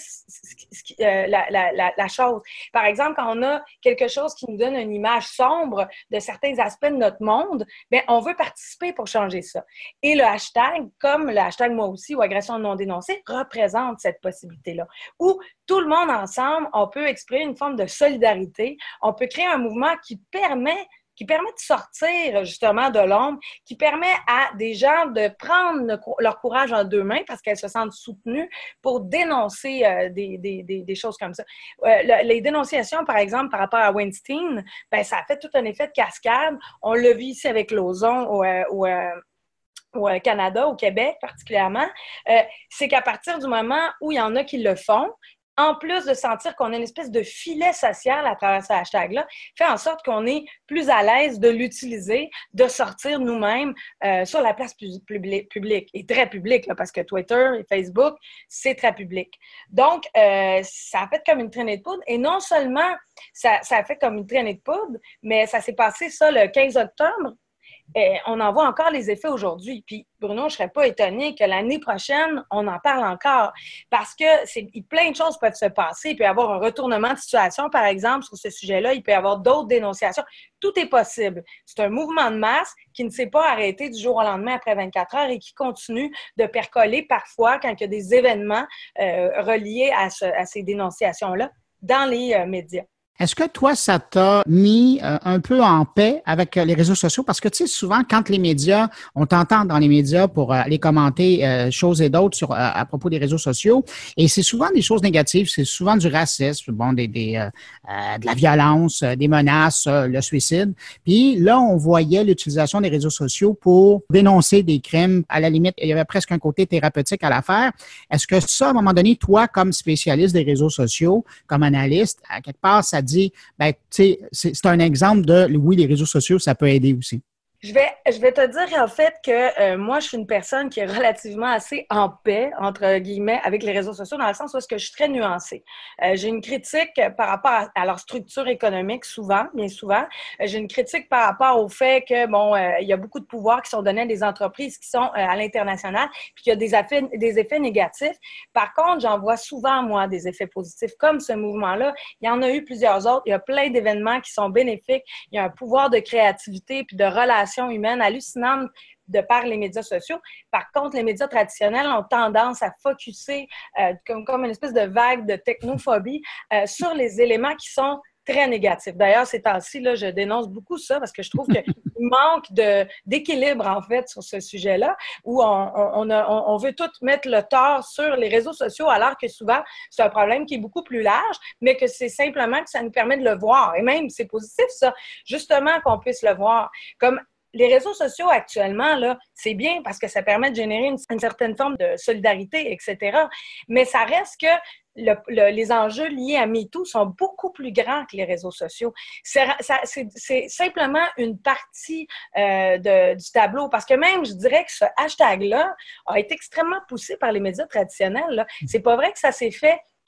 E: euh, la, la, la, la chose. Par exemple, quand on a quelque chose qui nous donne une image sombre de certains aspects de notre monde, bien, on veut participer pour changer ça. Et le hashtag, comme le hashtag moi aussi ou agression non dénoncée, représente cette possibilité-là. Où tout le monde ensemble, on peut exprimer une forme de solidarité, on peut créer un mouvement qui permet qui permet de sortir justement de l'ombre, qui permet à des gens de prendre leur courage en deux mains parce qu'elles se sentent soutenues pour dénoncer euh, des, des, des, des choses comme ça. Euh, le, les dénonciations, par exemple, par rapport à Weinstein, ben, ça a fait tout un effet de cascade. On l'a vu ici avec Lauzon au, euh, au euh, au Canada, au Québec particulièrement, euh, c'est qu'à partir du moment où il y en a qui le font, en plus de sentir qu'on a une espèce de filet social à travers ce hashtag-là, fait en sorte qu'on est plus à l'aise de l'utiliser, de sortir nous-mêmes euh, sur la place publique, et très publique, là, parce que Twitter et Facebook, c'est très public. Donc, euh, ça a fait comme une traînée de poudre, et non seulement ça, ça a fait comme une traînée de poudre, mais ça s'est passé ça le quinze octobre, et on en voit encore les effets aujourd'hui. Puis, Bruno, je ne serais pas étonnée que l'année prochaine, on en parle encore. Parce que c'est, plein de choses peuvent se passer. Il peut y avoir un retournement de situation, par exemple, sur ce sujet-là. Il peut y avoir d'autres dénonciations. Tout est possible. C'est un mouvement de masse qui ne s'est pas arrêté du jour au lendemain après vingt-quatre heures et qui continue de percoler parfois quand il y a des événements euh, reliés à, ce, à ces dénonciations-là dans les euh, médias.
A: Est-ce que toi, ça t'a mis euh, un peu en paix avec euh, les réseaux sociaux? Parce que, tu sais, souvent, quand les médias, on t'entend dans les médias pour euh, aller commenter euh, choses et d'autres sur, euh, à propos des réseaux sociaux, et c'est souvent des choses négatives, c'est souvent du racisme, bon, des, des, euh, euh, de la violence, euh, des menaces, euh, le suicide. Puis là, on voyait l'utilisation des réseaux sociaux pour dénoncer des crimes. À la limite, il y avait presque un côté thérapeutique à l'affaire. Est-ce que ça, à un moment donné, toi, comme spécialiste des réseaux sociaux, comme analyste, à quelque part, ça dit, ben, tu sais, c'est, c'est un exemple de, oui, les réseaux sociaux, ça peut aider aussi.
E: Je vais, je vais te dire en fait que euh, moi, je suis une personne qui est relativement assez en paix, entre guillemets, avec les réseaux sociaux, dans le sens où est-ce que je suis très nuancée. Euh, j'ai une critique par rapport à, à leur structure économique, souvent, bien souvent. Euh, j'ai une critique par rapport au fait que, bon, euh, il y a beaucoup de pouvoirs qui sont donnés à des entreprises qui sont euh, à l'international, puis qu'il y a des effets, des effets négatifs. Par contre, j'en vois souvent, moi, des effets positifs, comme ce mouvement-là. Il y en a eu plusieurs autres. Il y a plein d'événements qui sont bénéfiques. Il y a un pouvoir de créativité puis de relation humaine hallucinante de par les médias sociaux. Par contre, les médias traditionnels ont tendance à focusser euh, comme, comme une espèce de vague de technophobie euh, sur les éléments qui sont très négatifs. D'ailleurs, ces temps-ci, là, je dénonce beaucoup ça parce que je trouve qu'il manque de, d'équilibre, en fait, sur ce sujet-là, où on, on, a, on veut tout mettre le tort sur les réseaux sociaux, alors que souvent, c'est un problème qui est beaucoup plus large, mais que c'est simplement que ça nous permet de le voir. Et même, c'est positif, ça, justement, qu'on puisse le voir. Comme les réseaux sociaux actuellement, là, c'est bien parce que ça permet de générer une, une certaine forme de solidarité, et cetera. Mais ça reste que le, le, les enjeux liés à MeToo sont beaucoup plus grands que les réseaux sociaux. C'est, ça, c'est, c'est simplement une partie euh, de, du tableau. Parce que même, je dirais que ce hashtag-là a été extrêmement poussé par les médias traditionnels. Là. C'est pas vrai que ça s'est fait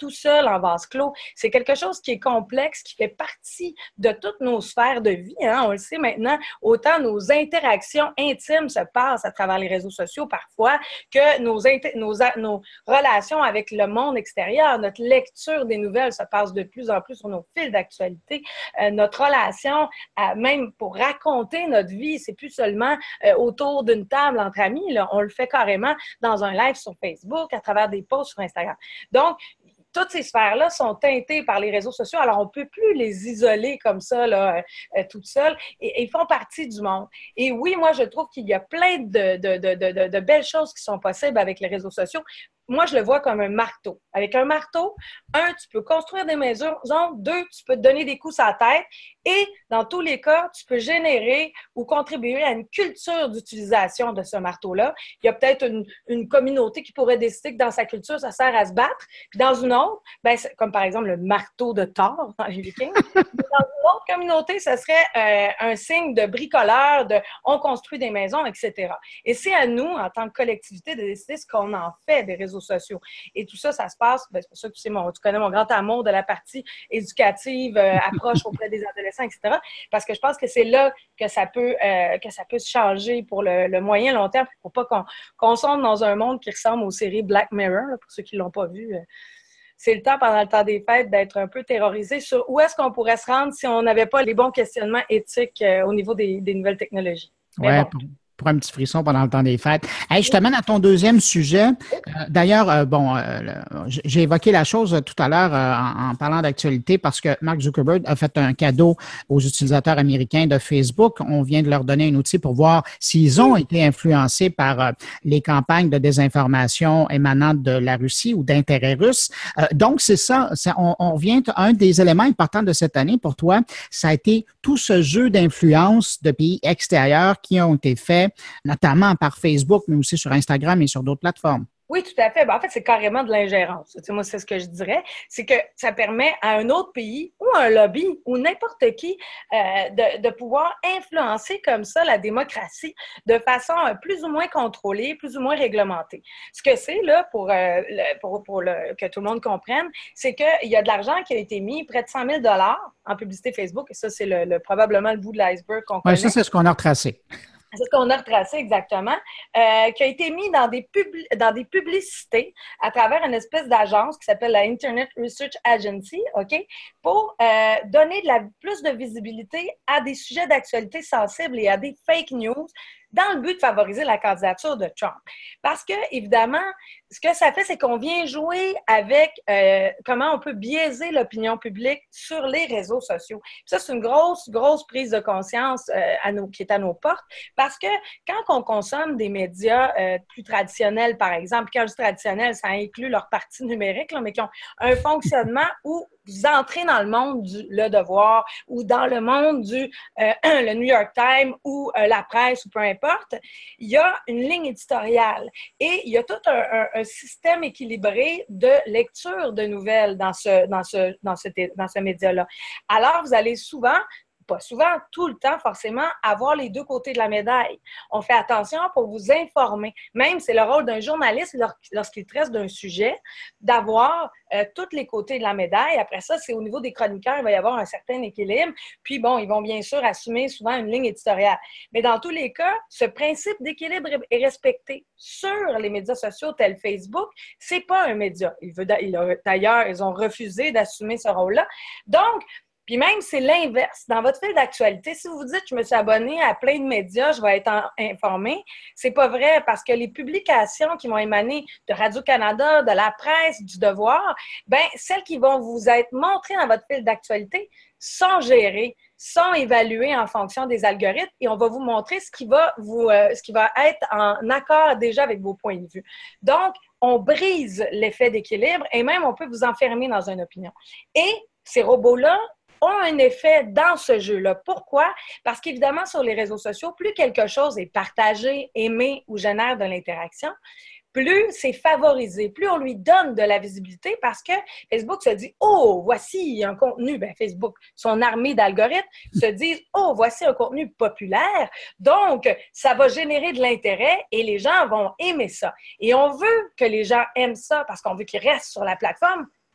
E: tout seul en vase clos. C'est quelque chose qui est complexe, qui fait partie de toutes nos sphères de vie. Hein? On le sait maintenant, autant nos interactions intimes se passent à travers les réseaux sociaux parfois que nos, nos, nos relations avec le monde extérieur, notre lecture des nouvelles se passe de plus en plus sur nos fils d'actualité. Euh, notre relation, euh, même pour raconter notre vie, c'est plus seulement euh, autour d'une table entre amis. Là. On le fait carrément dans un live sur Facebook, à travers des posts sur Instagram. Donc, toutes ces sphères-là sont teintées par les réseaux sociaux. Alors, on ne peut plus les isoler comme ça, là, euh, euh, toutes seules. Et ils font partie du monde. Et oui, moi, je trouve qu'il y a plein de, de, de, de, de belles choses qui sont possibles avec les réseaux sociaux. Moi, je le vois comme un marteau. Avec un marteau, un, tu peux construire des maisons. Deux, tu peux te donner des coups à la tête. Et dans tous les cas, tu peux générer ou contribuer à une culture d'utilisation de ce marteau-là. Il y a peut-être une, une communauté qui pourrait décider que dans sa culture, ça sert à se battre. Puis dans une autre, ben, comme par exemple le marteau de Thor dans les Vikings, dans une autre communauté, ce serait euh, un signe de bricoleur, de on construit des maisons, et cetera. Et c'est à nous, en tant que collectivité, de décider ce qu'on en fait des réseaux sociaux. Et tout ça, ça se passe, ben, c'est pour ça que tu sais, mon, tu connais mon grand amour de la partie éducative, euh, approche auprès des adolescents, et cetera. Parce que je pense que c'est là que ça peut, euh, que ça peut se changer pour le, le moyen long terme, pour pas qu'on, qu'on sombre dans un monde qui ressemble aux séries Black Mirror, là, pour ceux qui ne l'ont pas vu. Euh, c'est le temps, pendant le temps des fêtes, d'être un peu terrorisé sur où est-ce qu'on pourrait se rendre si on n'avait pas les bons questionnements éthiques euh, au niveau des, des nouvelles technologies.
A: Oui, bon. pour, pour un petit frisson pendant le temps des fêtes. Hey, je te mène à ton deuxième sujet. Euh, d'ailleurs, euh, bon, euh, j'ai évoqué la chose tout à l'heure euh, en, en parlant d'actualité parce que Mark Zuckerberg a fait un cadeau aux utilisateurs américains de Facebook. On vient de leur donner un outil pour voir s'ils ont été influencés par euh, les campagnes de désinformation émanant de la Russie ou d'intérêts russes. Euh, donc, c'est ça, ça on, on vient, un des éléments importants de cette année pour toi, ça a été tout ce jeu d'influence de pays extérieurs qui ont été faits notamment par Facebook, mais aussi sur Instagram et sur d'autres plateformes.
E: Oui, tout à fait. Ben, en fait, c'est carrément de l'ingérence. Tu sais, moi, c'est ce que je dirais. C'est que ça permet à un autre pays ou un lobby ou n'importe qui euh, de, de pouvoir influencer comme ça la démocratie de façon euh, plus ou moins contrôlée, plus ou moins réglementée. Ce que c'est, là, pour, euh, le, pour, pour le, que tout le monde comprenne, c'est qu'il y a de l'argent qui a été mis, près de cent mille dollars en publicité Facebook, et ça, c'est le, le, probablement le bout de l'iceberg qu'on connaît.
A: Oui, ça, c'est ce qu'on a retracé.
E: C'est ce qu'on a retracé exactement, euh, qui a été mis dans des, publi- dans des publicités à travers une espèce d'agence qui s'appelle la Internet Research Agency, OK, pour euh, donner de la, plus de visibilité à des sujets d'actualité sensibles et à des fake news dans le but de favoriser la candidature de Trump. Parce que, évidemment, ce que ça fait, c'est qu'on vient jouer avec euh, comment on peut biaiser l'opinion publique sur les réseaux sociaux. Puis ça, c'est une grosse, grosse prise de conscience euh, à nos, qui est à nos portes. Parce que quand on consomme des médias euh, plus traditionnels, par exemple, quand je dis traditionnels, ça inclut leur partie numérique, là, mais qui ont un fonctionnement où vous entrez dans le monde du Le Devoir ou dans le monde du euh, le New York Times ou euh, la presse ou peu importe, il y a une ligne éditoriale et il y a tout un, un, un système équilibré de lecture de nouvelles dans ce, dans ce, dans ce, dans ce média-là. Alors, vous allez souvent pas souvent, tout le temps, forcément, avoir les deux côtés de la médaille. On fait attention pour vous informer. Même, c'est le rôle d'un journaliste, lorsqu'il traite d'un sujet, d'avoir euh, tous les côtés de la médaille. Après ça, c'est au niveau des chroniqueurs, il va y avoir un certain équilibre. Puis, bon, ils vont bien sûr assumer souvent une ligne éditoriale. Mais dans tous les cas, ce principe d'équilibre est respecté. Sur les médias sociaux tels Facebook, c'est pas un média. Il veut, il a, d'ailleurs, ils ont refusé d'assumer ce rôle-là. Donc, puis même, c'est l'inverse. Dans votre fil d'actualité, si vous vous dites « je me suis abonné à plein de médias, je vais être en, informé », c'est pas vrai parce que les publications qui vont émaner de Radio-Canada, de la presse, du Devoir, bien, celles qui vont vous être montrées dans votre fil d'actualité sont gérées, sont évaluées en fonction des algorithmes et on va vous montrer ce qui va, vous, euh, ce qui va être en accord déjà avec vos points de vue. Donc, on brise l'effet d'équilibre et même on peut vous enfermer dans une opinion. Et ces robots-là ont un effet dans ce jeu-là. Pourquoi? Parce qu'évidemment, sur les réseaux sociaux, plus quelque chose est partagé, aimé ou génère de l'interaction, plus c'est favorisé, plus on lui donne de la visibilité parce que Facebook se dit « Oh, voici un contenu ». Ben, Facebook, son armée d'algorithmes se disent « Oh, voici un contenu populaire ». Donc, ça va générer de l'intérêt et les gens vont aimer ça. Et on veut que les gens aiment ça parce qu'on veut qu'ils restent sur la plateforme.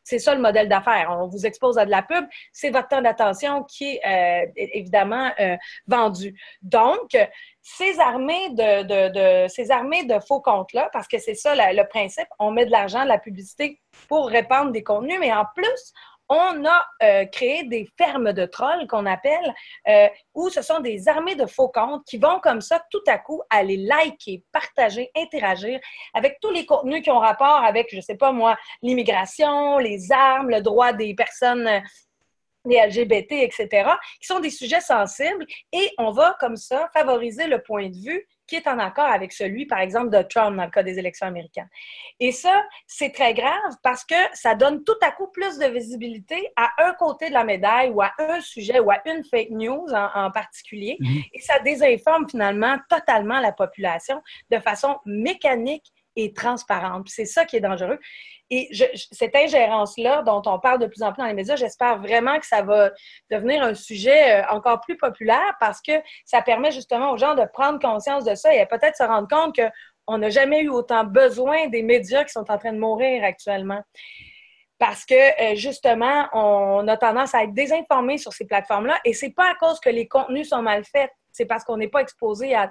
E: c'est ça le modèle d'affaires. On vous expose à de la pub, c'est votre temps d'attention qui est euh, évidemment euh, vendu. Donc, ces armées de, de, de, ces armées de faux comptes-là, parce que c'est ça la, le principe, on met de l'argent, de la publicité pour répandre des contenus, mais en plus, on a euh, créé des fermes de trolls qu'on appelle, euh, où ce sont des armées de faux comptes qui vont comme ça tout à coup aller liker, partager, interagir avec tous les contenus qui ont rapport avec, je sais pas moi, l'immigration, les armes, le droit des personnes, les L G B T, et cetera, qui sont des sujets sensibles et on va comme ça favoriser le point de vue qui est en accord avec celui, par exemple, de Trump dans le cas des élections américaines. Et ça, c'est très grave parce que ça donne tout à coup plus de visibilité à un côté de la médaille ou à un sujet ou à une fake news en, en particulier. Mm-hmm. Et ça désinforme finalement totalement la population de façon mécanique et transparente. Puis c'est ça qui est dangereux. Et je, cette ingérence-là dont on parle de plus en plus dans les médias, j'espère vraiment que ça va devenir un sujet encore plus populaire parce que ça permet justement aux gens de prendre conscience de ça et peut-être se rendre compte qu'on n'a jamais eu autant besoin des médias qui sont en train de mourir actuellement. Parce que, justement, on a tendance à être désinformé sur ces plateformes-là et c'est pas à cause que les contenus sont mal faits, c'est parce qu'on n'est pas exposé à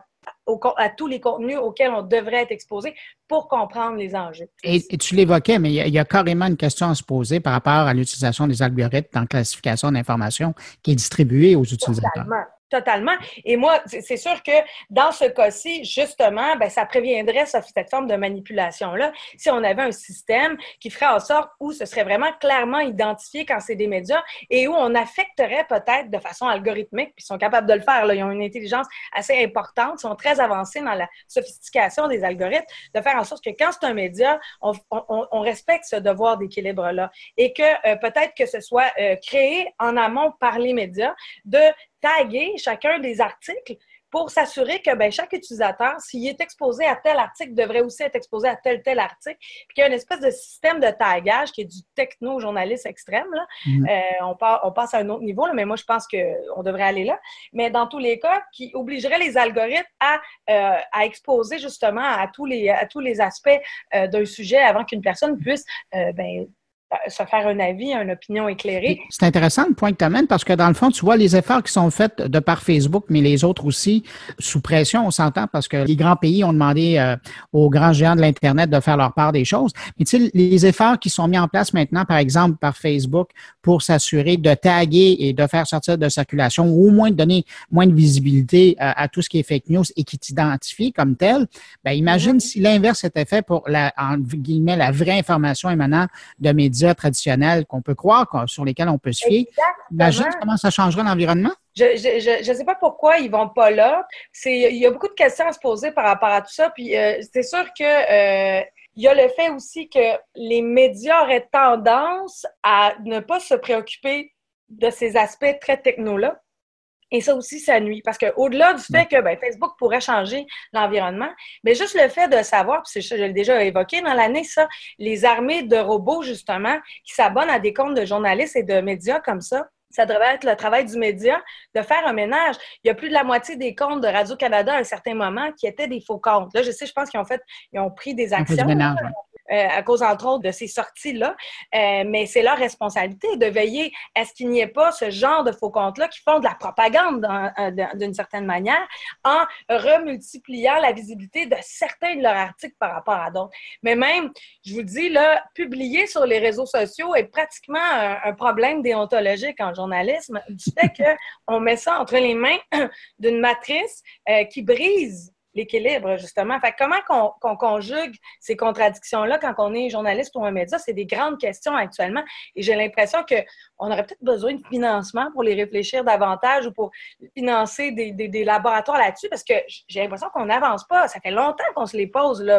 E: à tous les contenus auxquels on devrait être exposé pour comprendre les enjeux.
A: Et, et tu l'évoquais, mais il y, a, il y a carrément une question à se poser par rapport à l'utilisation des algorithmes dans la classification d'informations qui est distribuée aux utilisateurs.
E: Totalement. Totalement. Et moi, c'est sûr que dans ce cas-ci, justement, ben, ça préviendrait cette forme de manipulation-là si on avait un système qui ferait en sorte où ce serait vraiment clairement identifié quand c'est des médias et où on affecterait peut-être de façon algorithmique, puis ils sont capables de le faire, là, ils ont une intelligence assez importante, ils sont très avancés dans la sophistication des algorithmes, de faire en sorte que quand c'est un média, on, on, on respecte ce devoir d'équilibre-là et que euh, peut-être que ce soit euh, créé en amont par les médias de taguer chacun des articles pour s'assurer que ben, chaque utilisateur, s'il est exposé à tel article, devrait aussi être exposé à tel, tel article. Puis qu'il y a une espèce de système de tagage qui est du techno-journaliste extrême. Là. Mm-hmm. euh, on, part, on passe à un autre niveau, là, mais moi, je pense qu'on devrait aller là. Mais dans tous les cas, qui obligerait les algorithmes à, euh, à exposer justement à tous les, à tous les aspects euh, d'un sujet avant qu'une personne puisse euh, ben, se faire un avis, une opinion éclairée.
A: C'est intéressant le point que tu amènes parce que dans le fond, tu vois les efforts qui sont faits de par Facebook, mais les autres aussi, sous pression, on s'entend parce que les grands pays ont demandé euh, aux grands géants de l'Internet de faire leur part des choses. Mais tu sais, les efforts qui sont mis en place maintenant, par exemple, par Facebook, pour s'assurer de taguer et de faire sortir de circulation ou au moins de donner moins de visibilité à, à tout ce qui est fake news et qui t'identifie comme tel, ben imagine mm-hmm. si l'inverse était fait pour la, en guillemets, la vraie information émanant de médias traditionnels qu'on peut croire, sur lesquels on peut se fier. Exactement. Imagine comment ça changerait l'environnement.
E: Je ne je, je sais pas pourquoi ils vont pas là. C'est, il y a beaucoup de questions à se poser par rapport à tout ça. Puis euh, c'est sûr que euh, il y a le fait aussi que les médias auraient tendance à ne pas se préoccuper de ces aspects très techno-là. Et ça aussi, ça nuit. Parce qu'au-delà du fait que ben, Facebook pourrait changer l'environnement, mais juste le fait de savoir, puis je l'ai déjà évoqué dans l'année, ça, les armées de robots, justement, qui s'abonnent à des comptes de journalistes et de médias comme ça, ça devrait être le travail du média de faire un ménage. Il y a plus de la moitié des comptes de Radio-Canada à un certain moment qui étaient des faux comptes. Là, je sais, je pense qu'ils ont fait, ils ont pris des actions. Un peu du ménage, ouais. Euh, à cause, entre autres, de ces sorties-là. Euh, mais c'est leur responsabilité de veiller à ce qu'il n'y ait pas ce genre de faux comptes-là qui font de la propagande dans, euh, d'une certaine manière en remultipliant la visibilité de certains de leurs articles par rapport à d'autres. Mais même, je vous dis, là, publier sur les réseaux sociaux est pratiquement un, un problème déontologique en journalisme du fait qu'on met ça entre les mains d'une matrice euh, qui brise l'équilibre, justement. Fait que comment qu'on, qu'on conjugue ces contradictions-là quand on est journaliste ou un média? C'est des grandes questions actuellement. Et j'ai l'impression qu'on aurait peut-être besoin de financement pour les réfléchir davantage ou pour financer des, des, des laboratoires là-dessus parce que j'ai l'impression qu'on n'avance pas. Ça fait longtemps qu'on se les pose, là.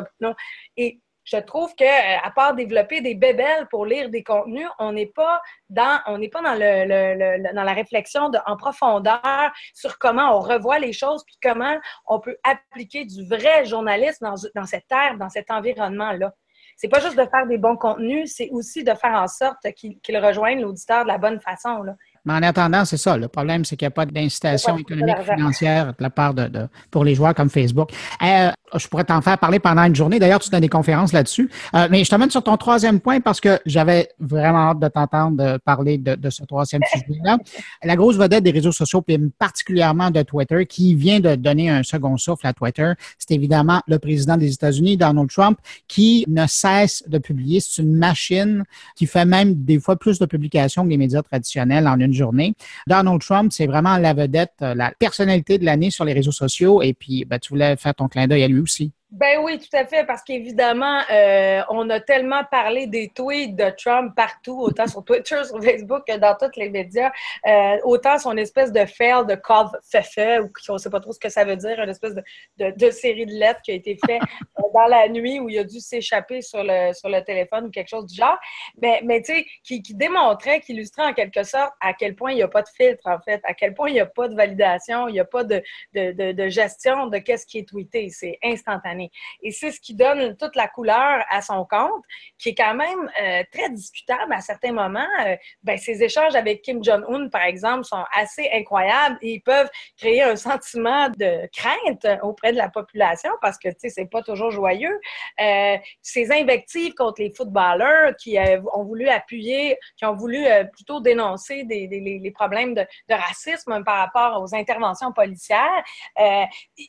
E: Et je trouve que, à part développer des bébelles pour lire des contenus, on n'est pas dans, on n'est pas dans le, le, le, dans la réflexion de, en profondeur sur comment on revoit les choses puis comment on peut appliquer du vrai journalisme dans, dans cette ère, dans cet environnement-là. C'est pas juste de faire des bons contenus, c'est aussi de faire en sorte qu'ils, qu'ils rejoignent l'auditeur de la bonne façon, là.
A: Mais en attendant, c'est ça. Le problème, c'est qu'il n'y a pas d'incitation économique financière de la part de, de pour les joueurs comme Facebook. Euh, je pourrais t'en faire parler pendant une journée. D'ailleurs, tu donnes des conférences là-dessus. Euh, mais je t'amène sur ton troisième point parce que j'avais vraiment hâte de t'entendre parler de, de ce troisième sujet-là. La grosse vedette des réseaux sociaux, puis particulièrement de Twitter, qui vient de donner un second souffle à Twitter, c'est évidemment le président des États-Unis, Donald Trump, qui ne cesse de publier. C'est une machine qui fait même des fois plus de publications que les médias traditionnels en une journée. Donald Trump, c'est vraiment la vedette, la personnalité de l'année sur les réseaux sociaux. Et puis, ben, tu voulais faire ton clin d'œil à lui aussi.
E: Ben oui, tout à fait, parce qu'évidemment, euh, on a tellement parlé des tweets de Trump partout, autant sur Twitter, sur Facebook que dans tous les médias, euh, autant son espèce de fail de call fefe, ou on ne sait pas trop ce que ça veut dire, une espèce de, de, de série de lettres qui a été faite euh, dans la nuit où il a dû s'échapper sur le, sur le téléphone ou quelque chose du genre, mais, mais tu sais, qui, qui démontrait, qui illustrait en quelque sorte à quel point il n'y a pas de filtre, en fait, à quel point il n'y a pas de validation, il n'y a pas de, de, de, de gestion de qu'est-ce qui est tweeté, c'est instantané. Et c'est ce qui donne toute la couleur à son compte, qui est quand même euh, très discutable à certains moments. Euh, ben, ses échanges avec Kim Jong-un, par exemple, sont assez incroyables et ils peuvent créer un sentiment de crainte auprès de la population parce que, tu sais, c'est pas toujours joyeux. Euh, ses invectives contre les footballeurs qui euh, ont voulu appuyer, qui ont voulu euh, plutôt dénoncer des, des, les, les problèmes de, de racisme par rapport aux interventions policières. Euh,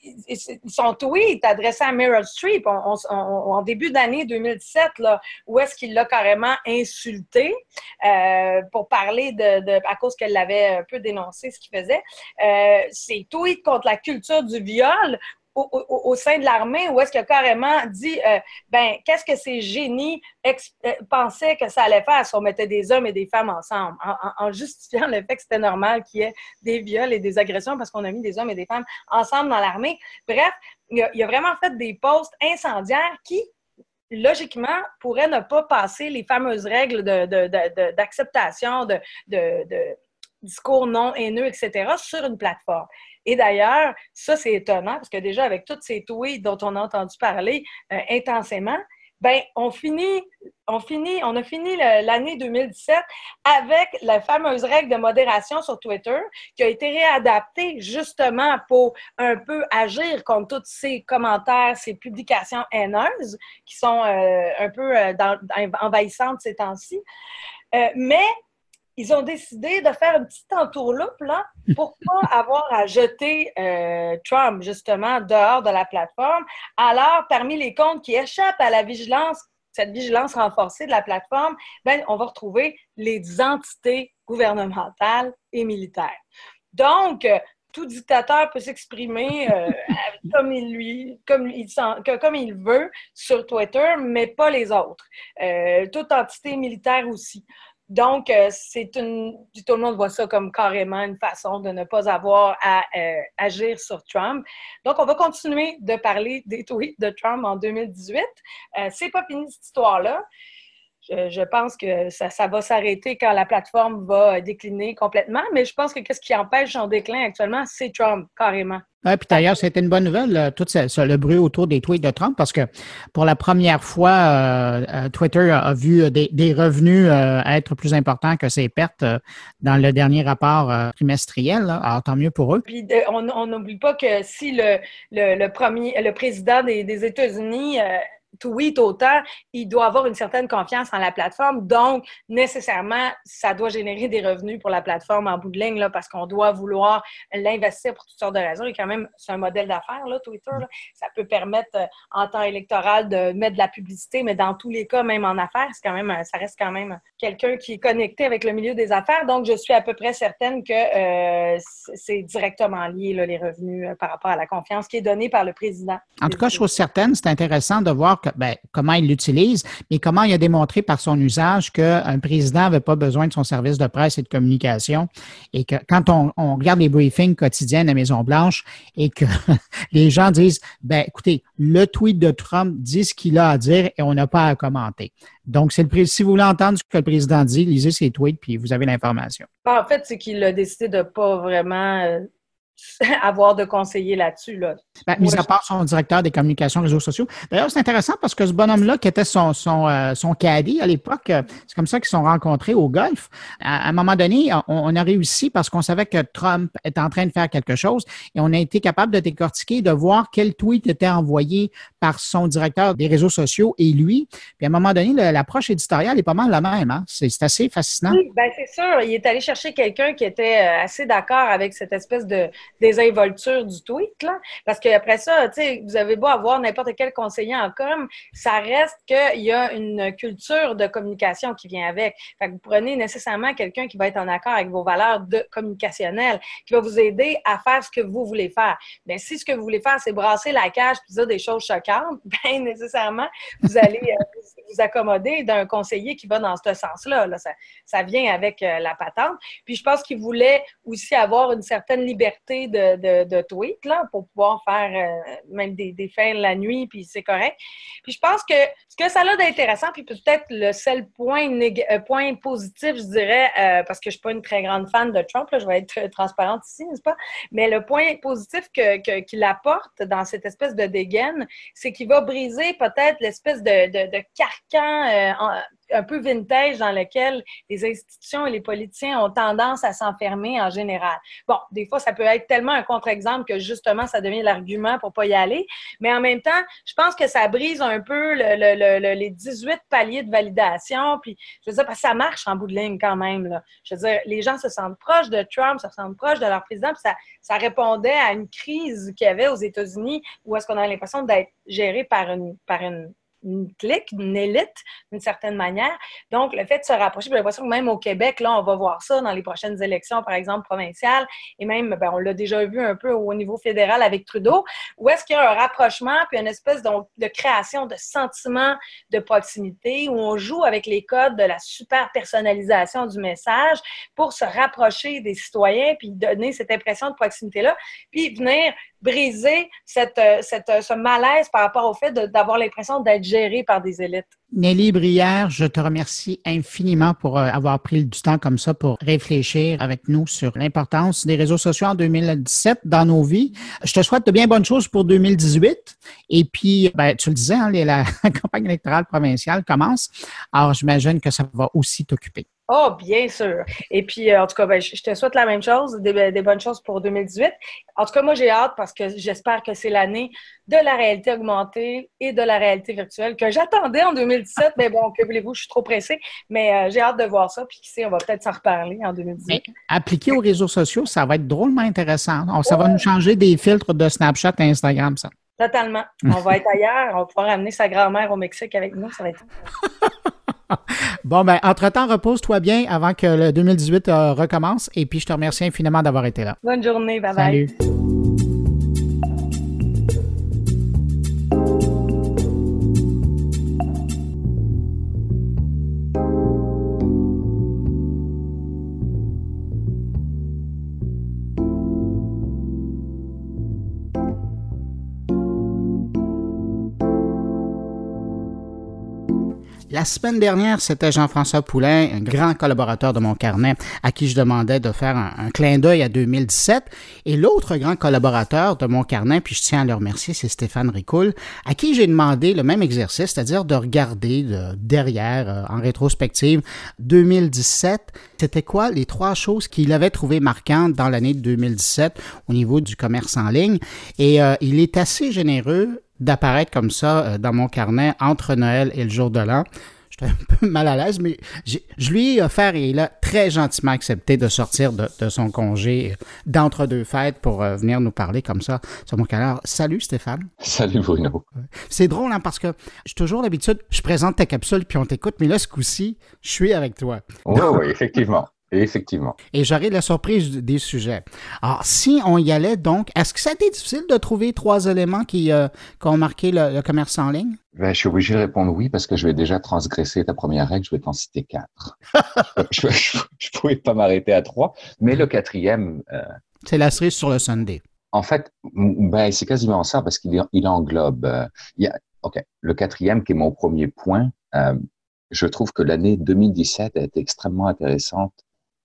E: son tweet adressé à Meryl Streep on, on, on, en début d'année deux mille dix-sept, là, où est-ce qu'il l'a carrément insulté euh, pour parler de, de à cause qu'elle l'avait un peu dénoncé ce qu'il faisait. Euh, ses tweets contre la culture du viol au, au, au sein de l'armée, où est-ce qu'il a carrément dit euh, ben qu'est-ce que ces génies ex- euh, pensaient que ça allait faire si on mettait des hommes et des femmes ensemble, en, en, en justifiant le fait que c'était normal qu'il y ait des viols et des agressions parce qu'on a mis des hommes et des femmes ensemble dans l'armée. Bref, il a, il a vraiment fait des posts incendiaires qui, logiquement, pourraient ne pas passer les fameuses règles de, de, de, de, d'acceptation, de, de, de discours non haineux, et cetera, sur une plateforme. Et d'ailleurs, ça, c'est étonnant, parce que déjà, avec tous ces tweets dont on a entendu parler euh, intensément, ben on finit, on finit, on a fini le, l'année deux mille dix-sept avec la fameuse règle de modération sur Twitter qui a été réadaptée justement pour un peu agir contre tous ces commentaires, ces publications haineuses qui sont euh, un peu euh, dans, envahissantes ces temps-ci. Euh, mais ils ont décidé de faire une petite entourloupe là, pour pas avoir à jeter euh, Trump, justement, dehors de la plateforme. Alors, parmi les comptes qui échappent à la vigilance, cette vigilance renforcée de la plateforme, ben, on va retrouver les entités gouvernementales et militaires. Donc, euh, tout dictateur peut s'exprimer euh, comme il lui, comme il sent, comme il veut sur Twitter, mais pas les autres. Euh, toute entité militaire aussi. Donc, euh, c'est une. Tout le monde voit ça comme carrément une façon de ne pas avoir à euh, agir sur Trump. Donc, on va continuer de parler des tweets de Trump en deux mille dix-huit. Euh, c'est pas fini cette histoire-là. Je, je pense que ça, ça va s'arrêter quand la plateforme va décliner complètement, mais je pense que qu'est-ce qui empêche son déclin actuellement, c'est Trump, carrément.
A: Oui, puis d'ailleurs, c'était une bonne nouvelle, tout ce, ce, le bruit autour des tweets de Trump, parce que pour la première fois, euh, Twitter a vu des, des revenus euh, être plus importants que ses pertes euh, dans le dernier rapport euh, trimestriel. Là. Alors, tant mieux pour eux.
E: Puis, euh, on n'oublie pas que si le, le, le, premier, le président des, des États-Unis euh, tweet autant, il doit avoir une certaine confiance en la plateforme. Donc, nécessairement, ça doit générer des revenus pour la plateforme en bout de ligne, là, parce qu'on doit vouloir l'investir pour toutes sortes de raisons. Et quand même, c'est un modèle d'affaires, là, Twitter. Là. Ça peut permettre, euh, en temps électoral, de mettre de la publicité, mais dans tous les cas, même en affaires, c'est quand même, ça reste quand même quelqu'un qui est connecté avec le milieu des affaires. Donc, je suis à peu près certaine que euh, c'est directement lié, là, les revenus, euh, par rapport à la confiance qui est donnée par le président.
A: En tout cas, je suis certaine, c'est intéressant de voir que, ben, comment il l'utilise, mais comment il a démontré par son usage qu'un président n'avait pas besoin de son service de presse et de communication et que quand on, on regarde les briefings quotidiens de la Maison-Blanche et que les gens disent, ben, écoutez, le tweet de Trump dit ce qu'il a à dire et on n'a pas à commenter. Donc, c'est le, si vous voulez entendre ce que le président dit, lisez ses tweets puis vous avez l'information.
E: En fait, c'est qu'il a décidé de ne pas vraiment... Euh... avoir de conseiller là-dessus. Là.
A: Ben, mis à part son directeur des communications réseaux sociaux. D'ailleurs, c'est intéressant parce que ce bonhomme-là, qui était son, son, euh, son caddie à l'époque, euh, c'est comme ça qu'ils se sont rencontrés au golf. À, à un moment donné, on, on a réussi parce qu'on savait que Trump était en train de faire quelque chose et on a été capable de décortiquer, de voir quel tweet était envoyé par son directeur des réseaux sociaux et lui. Puis à un moment donné, le, l'approche éditoriale est pas mal la même. Hein? C'est, c'est assez fascinant.
E: Oui, bien c'est sûr. Il est allé chercher quelqu'un qui était assez d'accord avec cette espèce de désinvolture du tweet, là. Parce qu'après ça, tu sais, vous avez beau avoir n'importe quel conseiller en com, ça reste qu'il y a une culture de communication qui vient avec. Fait que vous prenez nécessairement quelqu'un qui va être en accord avec vos valeurs de communicationnelles, qui va vous aider à faire ce que vous voulez faire. Bien, si ce que vous voulez faire, c'est brasser la cage et dire des choses choquantes, bien, nécessairement, vous allez euh, vous accommoder d'un conseiller qui va dans ce sens-là. Là. Ça, ça vient avec euh, la patente. Puis je pense qu'il voulait aussi avoir une certaine liberté de, de, de tweet là, pour pouvoir faire euh, même des, des fins la nuit, puis c'est correct. Puis je pense que ce que ça a d'intéressant, puis peut-être le seul point, nég- euh, point positif, je dirais, euh, parce que je ne suis pas une très grande fan de Trump, là, je vais être transparente ici, n'est-ce pas? Mais le point positif que, que, qu'il apporte dans cette espèce de dégaine, c'est qu'il va briser peut-être l'espèce de, de, de carcan euh, en, un peu vintage dans lequel les institutions et les politiciens ont tendance à s'enfermer en général. Bon, des fois, ça peut être tellement un contre-exemple que justement, ça devient l'argument pour pas y aller, mais en même temps, je pense que ça brise un peu le, le, le, les dix-huit paliers de validation, puis je veux dire, parce que ça marche en bout de ligne quand même, là. Je veux dire, les gens se sentent proches de Trump, se sentent proches de leur président, puis ça, ça répondait à une crise qu'il y avait aux États-Unis où est-ce qu'on a l'impression d'être géré par une, par une une clique, une élite, d'une certaine manière. Donc, le fait de se rapprocher, j'ai l'impression que même au Québec, là, on va voir ça dans les prochaines élections, par exemple, provinciales, et même, ben, on l'a déjà vu un peu au niveau fédéral avec Trudeau, où est-ce qu'il y a un rapprochement, puis une espèce de, de création de sentiments de proximité, où on joue avec les codes de la super personnalisation du message pour se rapprocher des citoyens, puis donner cette impression de proximité-là, puis venir briser cette, cette, ce malaise par rapport au fait de, d'avoir l'impression d'être géré par des élites.
A: Nelly Brière, je te remercie infiniment pour avoir pris du temps comme ça pour réfléchir avec nous sur l'importance des réseaux sociaux en deux mille dix-sept dans nos vies. Je te souhaite de bien bonnes choses pour deux mille dix-huit. Et puis, ben, tu le disais, hein, la campagne électorale provinciale commence. Alors, j'imagine que ça va aussi t'occuper.
E: Oh, bien sûr. Et puis, euh, en tout cas, ben, je, je te souhaite la même chose, des, des bonnes choses pour deux mille dix-huit. En tout cas, moi, j'ai hâte parce que j'espère que c'est l'année de la réalité augmentée et de la réalité virtuelle que j'attendais en deux mille dix-sept. Mais bon, que voulez-vous, je suis trop pressée. Mais euh, j'ai hâte de voir ça. Puis qui sait, on va peut-être s'en reparler en deux mille dix-huit.
A: Mais, appliqué aux réseaux sociaux, ça va être drôlement intéressant. Alors, ça va nous changer des filtres de Snapchat et Instagram, ça.
E: Totalement. On va être ailleurs. On va pouvoir amener sa grand-mère au Mexique avec nous. Ça va être...
A: Bon, ben, entre-temps, repose-toi bien avant que le deux mille dix-huit euh, recommence. Et puis, je te remercie infiniment d'avoir été là.
E: Bonne journée. Bye-bye.
A: Salut. La semaine dernière, c'était Jean-François Poulain, un grand collaborateur de mon carnet, à qui je demandais de faire un, un clin d'œil à deux mille dix-sept. Et l'autre grand collaborateur de mon carnet, puis je tiens à le remercier, c'est Stéphane Ricoul, à qui j'ai demandé le même exercice, c'est-à-dire de regarder de, derrière, euh, en rétrospective, deux mille dix-sept. C'était quoi les trois choses qu'il avait trouvées marquantes dans l'année de deux mille dix-sept au niveau du commerce en ligne? Et euh, il est assez généreux d'apparaître comme ça euh, dans mon carnet entre Noël et le jour de l'an. J'étais un peu mal à l'aise, mais j'ai, je lui ai offert et il a très gentiment accepté de sortir de, de son congé d'entre-deux fêtes pour euh, venir nous parler comme ça sur mon canal. Alors, salut Stéphane.
F: Salut Bruno.
A: C'est drôle, hein, parce que j'ai toujours l'habitude, je présente ta capsule puis on t'écoute, mais là, ce coup-ci, je suis avec toi.
F: Oui, oui, effectivement. Effectivement.
A: Et j'aurai la surprise des sujets. Alors, si on y allait donc, est-ce que ça a été difficile de trouver trois éléments qui, euh, qui ont marqué le, le commerce en ligne?
F: Ben, je suis obligé de répondre oui parce que je vais déjà transgresser ta première règle, je vais t'en citer quatre. je ne pouvais pas m'arrêter à trois, mais le quatrième... Euh,
A: c'est la cerise sur le sundae.
F: En fait, ben, c'est quasiment ça parce qu'il il englobe... Euh, il y a, OK, le quatrième qui est mon premier point, euh, je trouve que l'année deux mille dix-sept a été extrêmement intéressante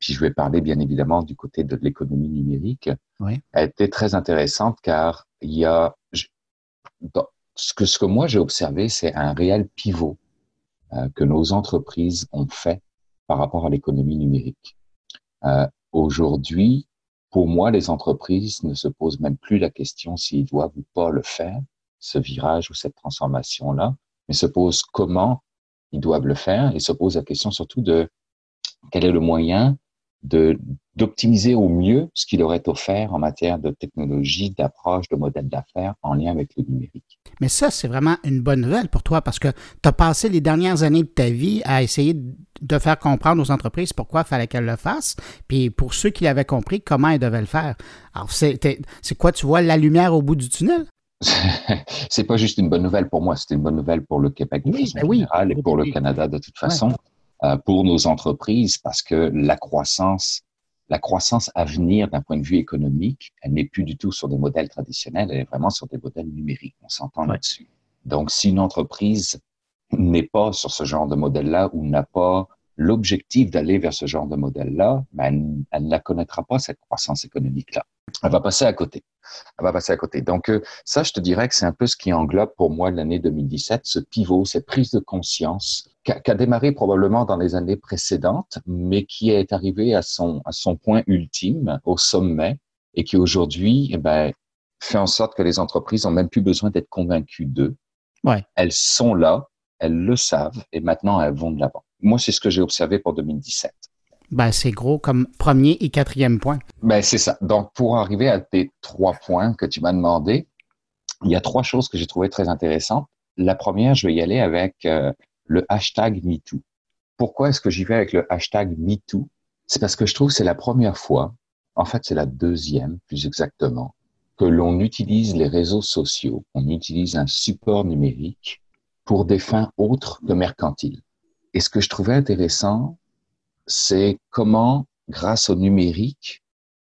F: puis je vais parler bien évidemment du côté de l'économie numérique,
A: oui.
F: a été très intéressante car il y a, je, dans, ce que, ce que moi j'ai observé, c'est un réel pivot euh, que nos entreprises ont fait par rapport à l'économie numérique. Euh, aujourd'hui, pour moi, les entreprises ne se posent même plus la question s'ils doivent ou pas le faire, ce virage ou cette transformation-là, mais se posent comment ils doivent le faire et se posent la question surtout de quel est le moyen de d'optimiser au mieux ce qui leur est offert en matière de technologie, d'approche, de modèle d'affaires en lien avec le numérique.
A: Mais ça, c'est vraiment une bonne nouvelle pour toi parce que tu as passé les dernières années de ta vie à essayer de faire comprendre aux entreprises pourquoi il fallait qu'elles le fassent, puis pour ceux qui l'avaient compris, comment elles devaient le faire. Alors, c'est, c'est quoi, tu vois la lumière au bout du tunnel?
F: C'est pas juste une bonne nouvelle pour moi, c'est une bonne nouvelle pour le Québec de
A: oui,
F: façon
A: ben oui.
F: générale et pour le Canada de toute façon, ouais. euh, pour nos entreprises, parce que la croissance La croissance à venir d'un point de vue économique, elle n'est plus du tout sur des modèles traditionnels, elle est vraiment sur des modèles numériques. On s'entend ouais. là-dessus. Donc, si une entreprise n'est pas sur ce genre de modèle-là ou n'a pas l'objectif d'aller vers ce genre de modèle-là, ben, elle, elle ne la connaîtra pas, cette croissance économique-là. Elle va passer à côté. Elle va passer à côté. Donc, euh, ça, je te dirais que c'est un peu ce qui englobe pour moi l'année deux mille dix-sept, ce pivot, cette prise de conscience qui a, qui a démarré probablement dans les années précédentes, mais qui est arrivé à son, à son point ultime, au sommet, et qui aujourd'hui, eh ben, fait en sorte que les entreprises n'ont même plus besoin d'être convaincues d'eux.
A: Ouais.
F: Elles sont là, elles le savent, et maintenant elles vont de l'avant. Moi, c'est ce que j'ai observé pour deux mille dix-sept.
A: Ben, c'est gros comme premier et quatrième point.
F: Ben, c'est ça. Donc, pour arriver à tes trois points que tu m'as demandé, il y a trois choses que j'ai trouvées très intéressantes. La première, je vais y aller avec euh, le hashtag MeToo. Pourquoi est-ce que j'y vais avec le hashtag MeToo? C'est parce que je trouve que c'est la première fois, en fait, c'est la deuxième, plus exactement, que l'on utilise les réseaux sociaux, on utilise un support numérique pour des fins autres que mercantiles. Et ce que je trouvais intéressant, c'est comment, grâce au numérique,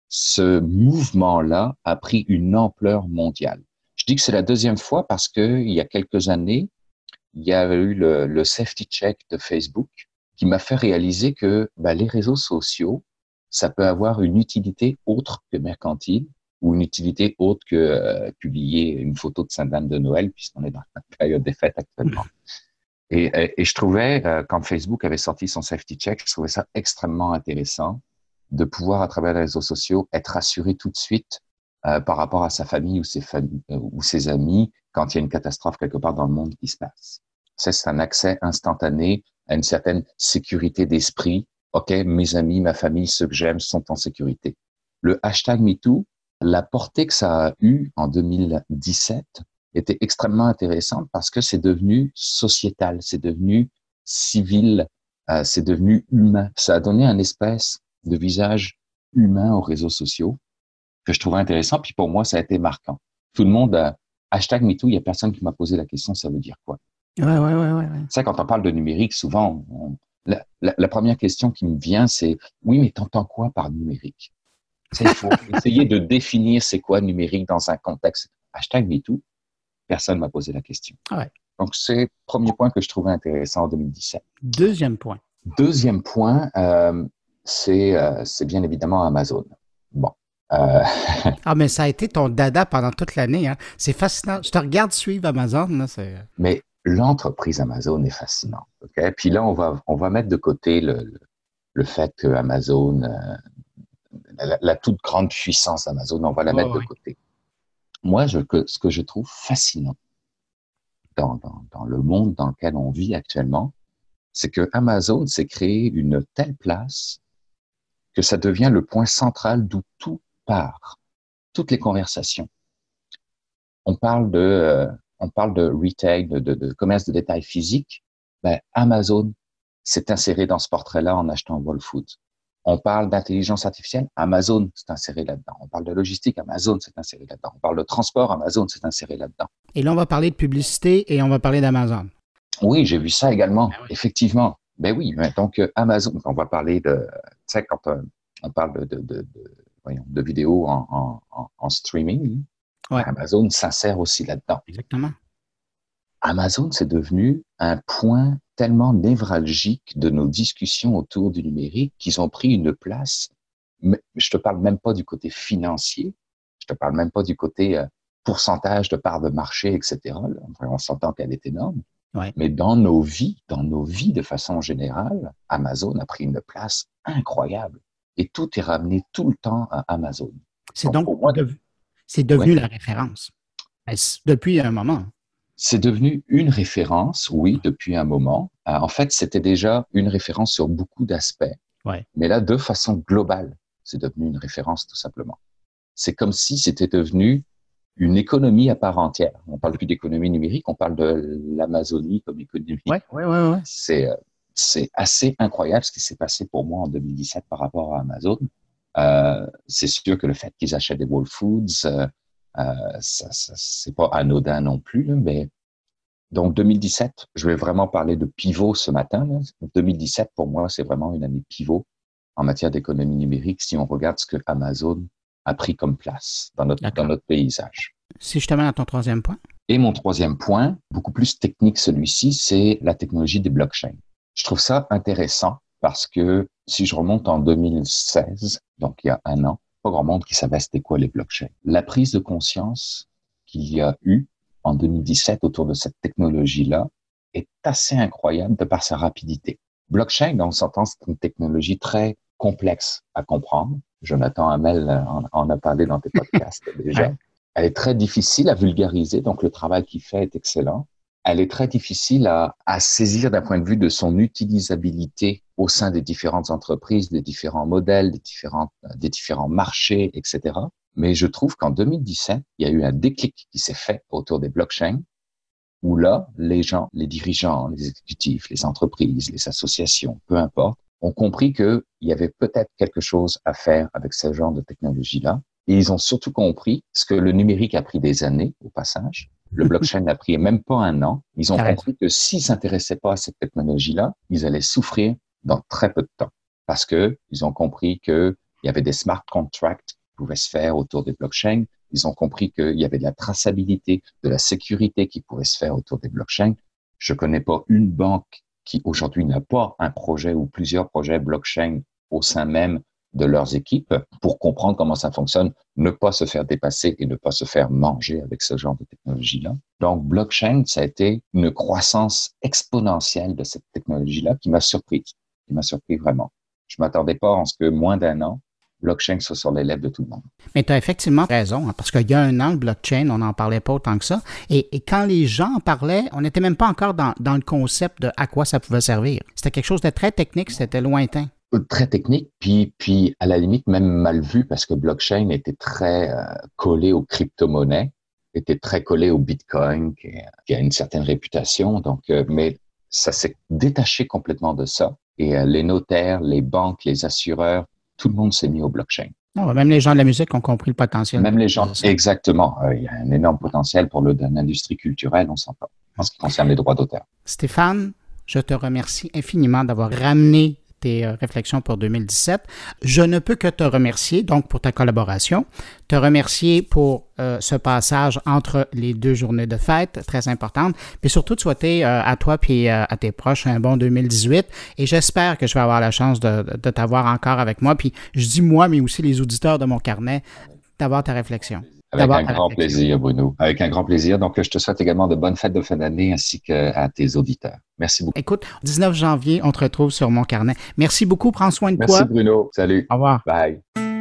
F: ce mouvement-là a pris une ampleur mondiale. Je dis que c'est la deuxième fois parce que il y a quelques années, il y a eu le, le safety check de Facebook qui m'a fait réaliser que ben, les réseaux sociaux, ça peut avoir une utilité autre que mercantile ou une utilité autre que euh, publier une photo de Sainte-Anne de Noël, puisqu'on est dans la période des fêtes actuellement. Et, et, et je trouvais, euh, quand Facebook avait sorti son safety check, je trouvais ça extrêmement intéressant de pouvoir, à travers les réseaux sociaux, être assuré tout de suite euh, par rapport à sa famille ou ses, familles, euh, ou ses amis quand il y a une catastrophe quelque part dans le monde qui se passe. Ça, c'est un accès instantané à une certaine sécurité d'esprit. OK, mes amis, ma famille, ceux que j'aime sont en sécurité. Le hashtag MeToo, la portée que ça a eu en deux mille dix-sept était extrêmement intéressante parce que c'est devenu sociétal, c'est devenu civil, euh, c'est devenu humain. Ça a donné un espèce de visage humain aux réseaux sociaux que je trouvais intéressant. Puis pour moi, ça a été marquant. Tout le monde a hashtag MeToo, il y a personne qui m'a posé la question, ça veut dire quoi?
A: Ouais, ouais, ouais, ouais.
F: Tu sais, quand on parle de numérique, souvent, on, la, la, la première question qui me vient, c'est oui, mais t'entends quoi par numérique? Tu sais, il faut essayer de définir c'est quoi numérique dans un contexte. Hashtag MeToo, personne m'a posé la question.
A: Ouais.
F: Donc, c'est le premier point que je trouvais intéressant en deux mille dix-sept.
A: Deuxième point.
F: Deuxième point, euh, c'est, euh, c'est bien évidemment Amazon. Bon. Euh...
A: ah, mais ça a été ton dada pendant toute l'année. Hein. C'est fascinant. Je te regarde suivre Amazon. Là, c'est...
F: Mais l'entreprise Amazon est fascinante. Okay? Puis là, on va, on va mettre de côté le, le, le fait que Amazon, euh, la, la toute grande puissance d'Amazon, on va la oh, mettre oui. de côté. Moi, je, que, ce que je trouve fascinant dans, dans, dans le monde dans lequel on vit actuellement, c'est que Amazon s'est créé une telle place que ça devient le point central d'où tout part, toutes les conversations. On parle de, euh, on parle de retail, de, de, de commerce de détail physique. Ben, Amazon s'est inséré dans ce portrait-là en achetant Whole Foods. On parle d'intelligence artificielle, Amazon s'est inséré là-dedans. On parle de logistique, Amazon s'est inséré là-dedans. On parle de transport, Amazon s'est inséré là-dedans.
A: Et là, on va parler de publicité et on va parler d'Amazon.
F: Oui, j'ai vu ça également, ah oui. effectivement. Ben oui, donc euh, Amazon, on va parler de, tu sais, quand euh, on parle de, de, de, de, voyons, de vidéos en, en, en streaming, ouais. Amazon s'insère aussi là-dedans.
A: Exactement.
F: Amazon, c'est devenu un point tellement névralgiques de nos discussions autour du numérique qu'ils ont pris une place. Je te parle même pas du côté financier, je te parle même pas du côté euh, pourcentage de part de marché, et cetera. Enfin, on s'entend qu'elle est énorme.
A: Ouais.
F: Mais dans nos vies, dans nos vies de façon générale, Amazon a pris une place incroyable. Et tout est ramené tout le temps à Amazon.
A: C'est donc, donc moi, de... c'est devenu ouais. la référence depuis un moment.
F: C'est devenu une référence, oui, depuis un moment. Euh, en fait, c'était déjà une référence sur beaucoup d'aspects.
A: Ouais.
F: Mais là, de façon globale, c'est devenu une référence tout simplement. C'est comme si c'était devenu une économie à part entière. On parle plus d'économie numérique, on parle de l'Amazonie comme économie.
A: Oui, oui, oui. Ouais.
F: C'est, c'est assez incroyable ce qui s'est passé pour moi en deux mille dix-sept par rapport à Amazon. Euh, c'est sûr que le fait qu'ils achètent des Whole Foods, euh, euh, ça, ça, c'est pas anodin non plus, là, mais donc deux mille dix-sept, je vais vraiment parler de pivot ce matin. Là. deux mille dix-sept, pour moi, c'est vraiment une année pivot en matière d'économie numérique si on regarde ce que Amazon a pris comme place dans notre, dans notre paysage.
A: Si je te mets à ton troisième point.
F: Et mon troisième point, beaucoup plus technique celui-ci, c'est la technologie des blockchains. Je trouve ça intéressant parce que si je remonte en deux mille seize, donc il y a un an, pas grand monde qui savait c'était quoi les blockchains. La prise de conscience qu'il y a eu en deux mille dix-sept autour de cette technologie-là est assez incroyable de par sa rapidité. Blockchain, on s'entend, c'est une technologie très complexe à comprendre. Jonathan Hamel en, en a parlé dans tes podcasts déjà. Ouais. Elle est très difficile à vulgariser, donc le travail qu'il fait est excellent. Elle est très difficile à, à saisir d'un point de vue de son utilisabilité au sein des différentes entreprises, des différents modèles, des différents, des différents marchés, et cetera. Mais je trouve qu'en deux mille dix-sept, il y a eu un déclic qui s'est fait autour des blockchains, où là, les gens, les dirigeants, les exécutifs, les entreprises, les associations, peu importe, ont compris qu'il y avait peut-être quelque chose à faire avec ce genre de technologie-là. Et ils ont surtout compris, ce que le numérique a pris des années au passage, le blockchain n'a pris même pas un an, ils ont Arrête. compris que s'ils s'intéressaient pas à cette technologie-là, ils allaient souffrir dans très peu de temps. Parce que ils ont compris qu'il y avait des smart contracts qui pouvaient se faire autour des blockchains. Ils ont compris qu'il y avait de la traçabilité, de la sécurité qui pouvait se faire autour des blockchains. Je connais pas une banque qui aujourd'hui n'a pas un projet ou plusieurs projets blockchain au sein même de leurs équipes pour comprendre comment ça fonctionne, ne pas se faire dépasser et ne pas se faire manger avec ce genre de technologie-là. Donc, blockchain, ça a été une croissance exponentielle de cette technologie-là qui m'a surpris, qui m'a surpris vraiment. Je m'attendais pas en ce que moins d'un an, blockchain soit sur les lèvres de tout le monde.
A: Mais tu as effectivement raison, hein, parce qu'il y a un an, le blockchain, on n'en parlait pas autant que ça. Et, et quand les gens en parlaient, on n'était même pas encore dans, dans le concept de à quoi ça pouvait servir. C'était quelque chose de très technique, c'était lointain.
F: Très technique, puis, puis à la limite même mal vu parce que blockchain était très euh, collé aux crypto-monnaies, était très collé au Bitcoin, qui, qui a une certaine réputation. Donc, euh, mais ça s'est détaché complètement de ça. Et euh, les notaires, les banques, les assureurs, tout le monde s'est mis au blockchain.
A: Non, même les gens de la musique ont compris le potentiel.
F: Même les gens, exactement. Euh, il y a un énorme potentiel pour le, l'industrie culturelle, on s'entend, en ce qui concerne les droits d'auteur.
A: Stéphane, je te remercie infiniment d'avoir ramené tes réflexions pour deux mille dix-sept. Je ne peux que te remercier donc pour ta collaboration, te remercier pour euh, ce passage entre les deux journées de fête, très importante, puis surtout te souhaiter euh, à toi puis euh, à tes proches un bon deux mille dix-huit et j'espère que je vais avoir la chance de, de t'avoir encore avec moi, puis je dis moi, mais aussi les auditeurs de mon carnet, d'avoir ta réflexion.
F: Avec un grand plaisir, Bruno. Avec un grand plaisir. Donc, je te souhaite également de bonnes fêtes de fin d'année ainsi qu'à tes auditeurs. Merci beaucoup.
A: Écoute, dix-neuf janvier, on te retrouve sur mon carnet. Merci beaucoup. Prends soin de
F: toi. Merci, Bruno. Salut.
A: Au revoir.
F: Bye.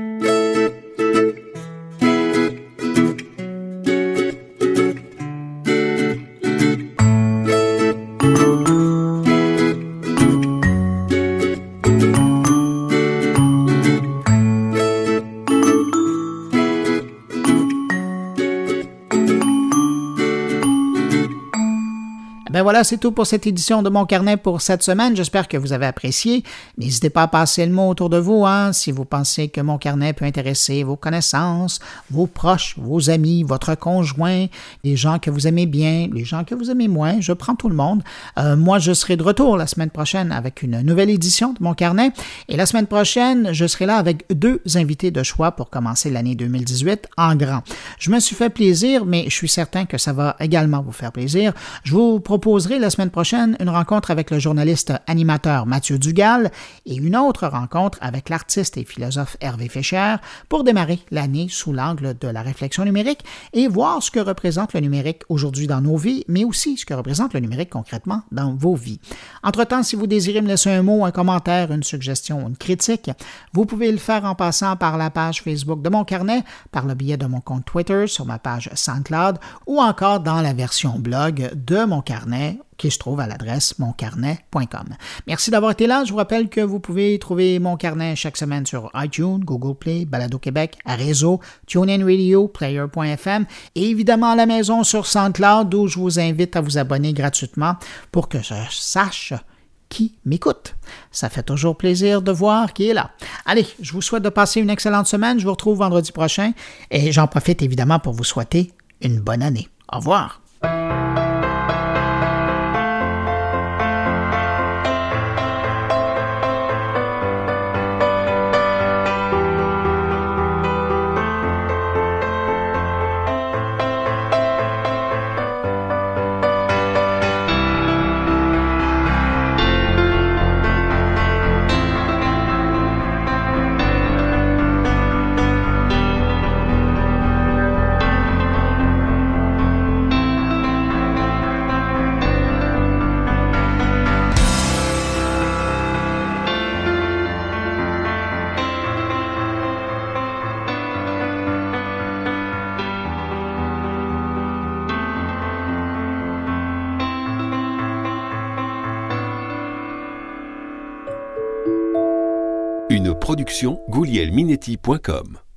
A: Ben voilà, c'est tout pour cette édition de Mon Carnet pour cette semaine. J'espère que vous avez apprécié. N'hésitez pas à passer le mot autour de vous, hein, si vous pensez que Mon Carnet peut intéresser vos connaissances, vos proches, vos amis, votre conjoint, les gens que vous aimez bien, les gens que vous aimez moins. Je prends tout le monde. Euh, moi, je serai de retour la semaine prochaine avec une nouvelle édition de Mon Carnet. Et la semaine prochaine, je serai là avec deux invités de choix pour commencer l'année deux mille dix-huit en grand. Je me suis fait plaisir, mais je suis certain que ça va également vous faire plaisir. Je vous propose proposerai la semaine prochaine une rencontre avec le journaliste animateur Mathieu Dugal et une autre rencontre avec l'artiste et philosophe Hervé Fischer pour démarrer l'année sous l'angle de la réflexion numérique et voir ce que représente le numérique aujourd'hui dans nos vies, mais aussi ce que représente le numérique concrètement dans vos vies. Entre-temps, si vous désirez me laisser un mot, un commentaire, une suggestion, une critique, vous pouvez le faire en passant par la page Facebook de Mon Carnet, par le biais de mon compte Twitter, sur ma page SoundCloud ou encore dans la version blog de Mon Carnet qui se trouve à l'adresse mon carnet point com. Merci d'avoir été là. Je vous rappelle que vous pouvez trouver Mon Carnet chaque semaine sur iTunes, Google Play, Balado Québec, à Réseau, TuneIn Radio, Player point F M et évidemment à la maison sur SoundCloud où je vous invite à vous abonner gratuitement pour que je sache qui m'écoute. Ça fait toujours plaisir de voir qui est là. Allez, je vous souhaite de passer une excellente semaine. Je vous retrouve vendredi prochain et j'en profite évidemment pour vous souhaiter une bonne année. Au revoir.
G: Une production Gouliel Minetti point com.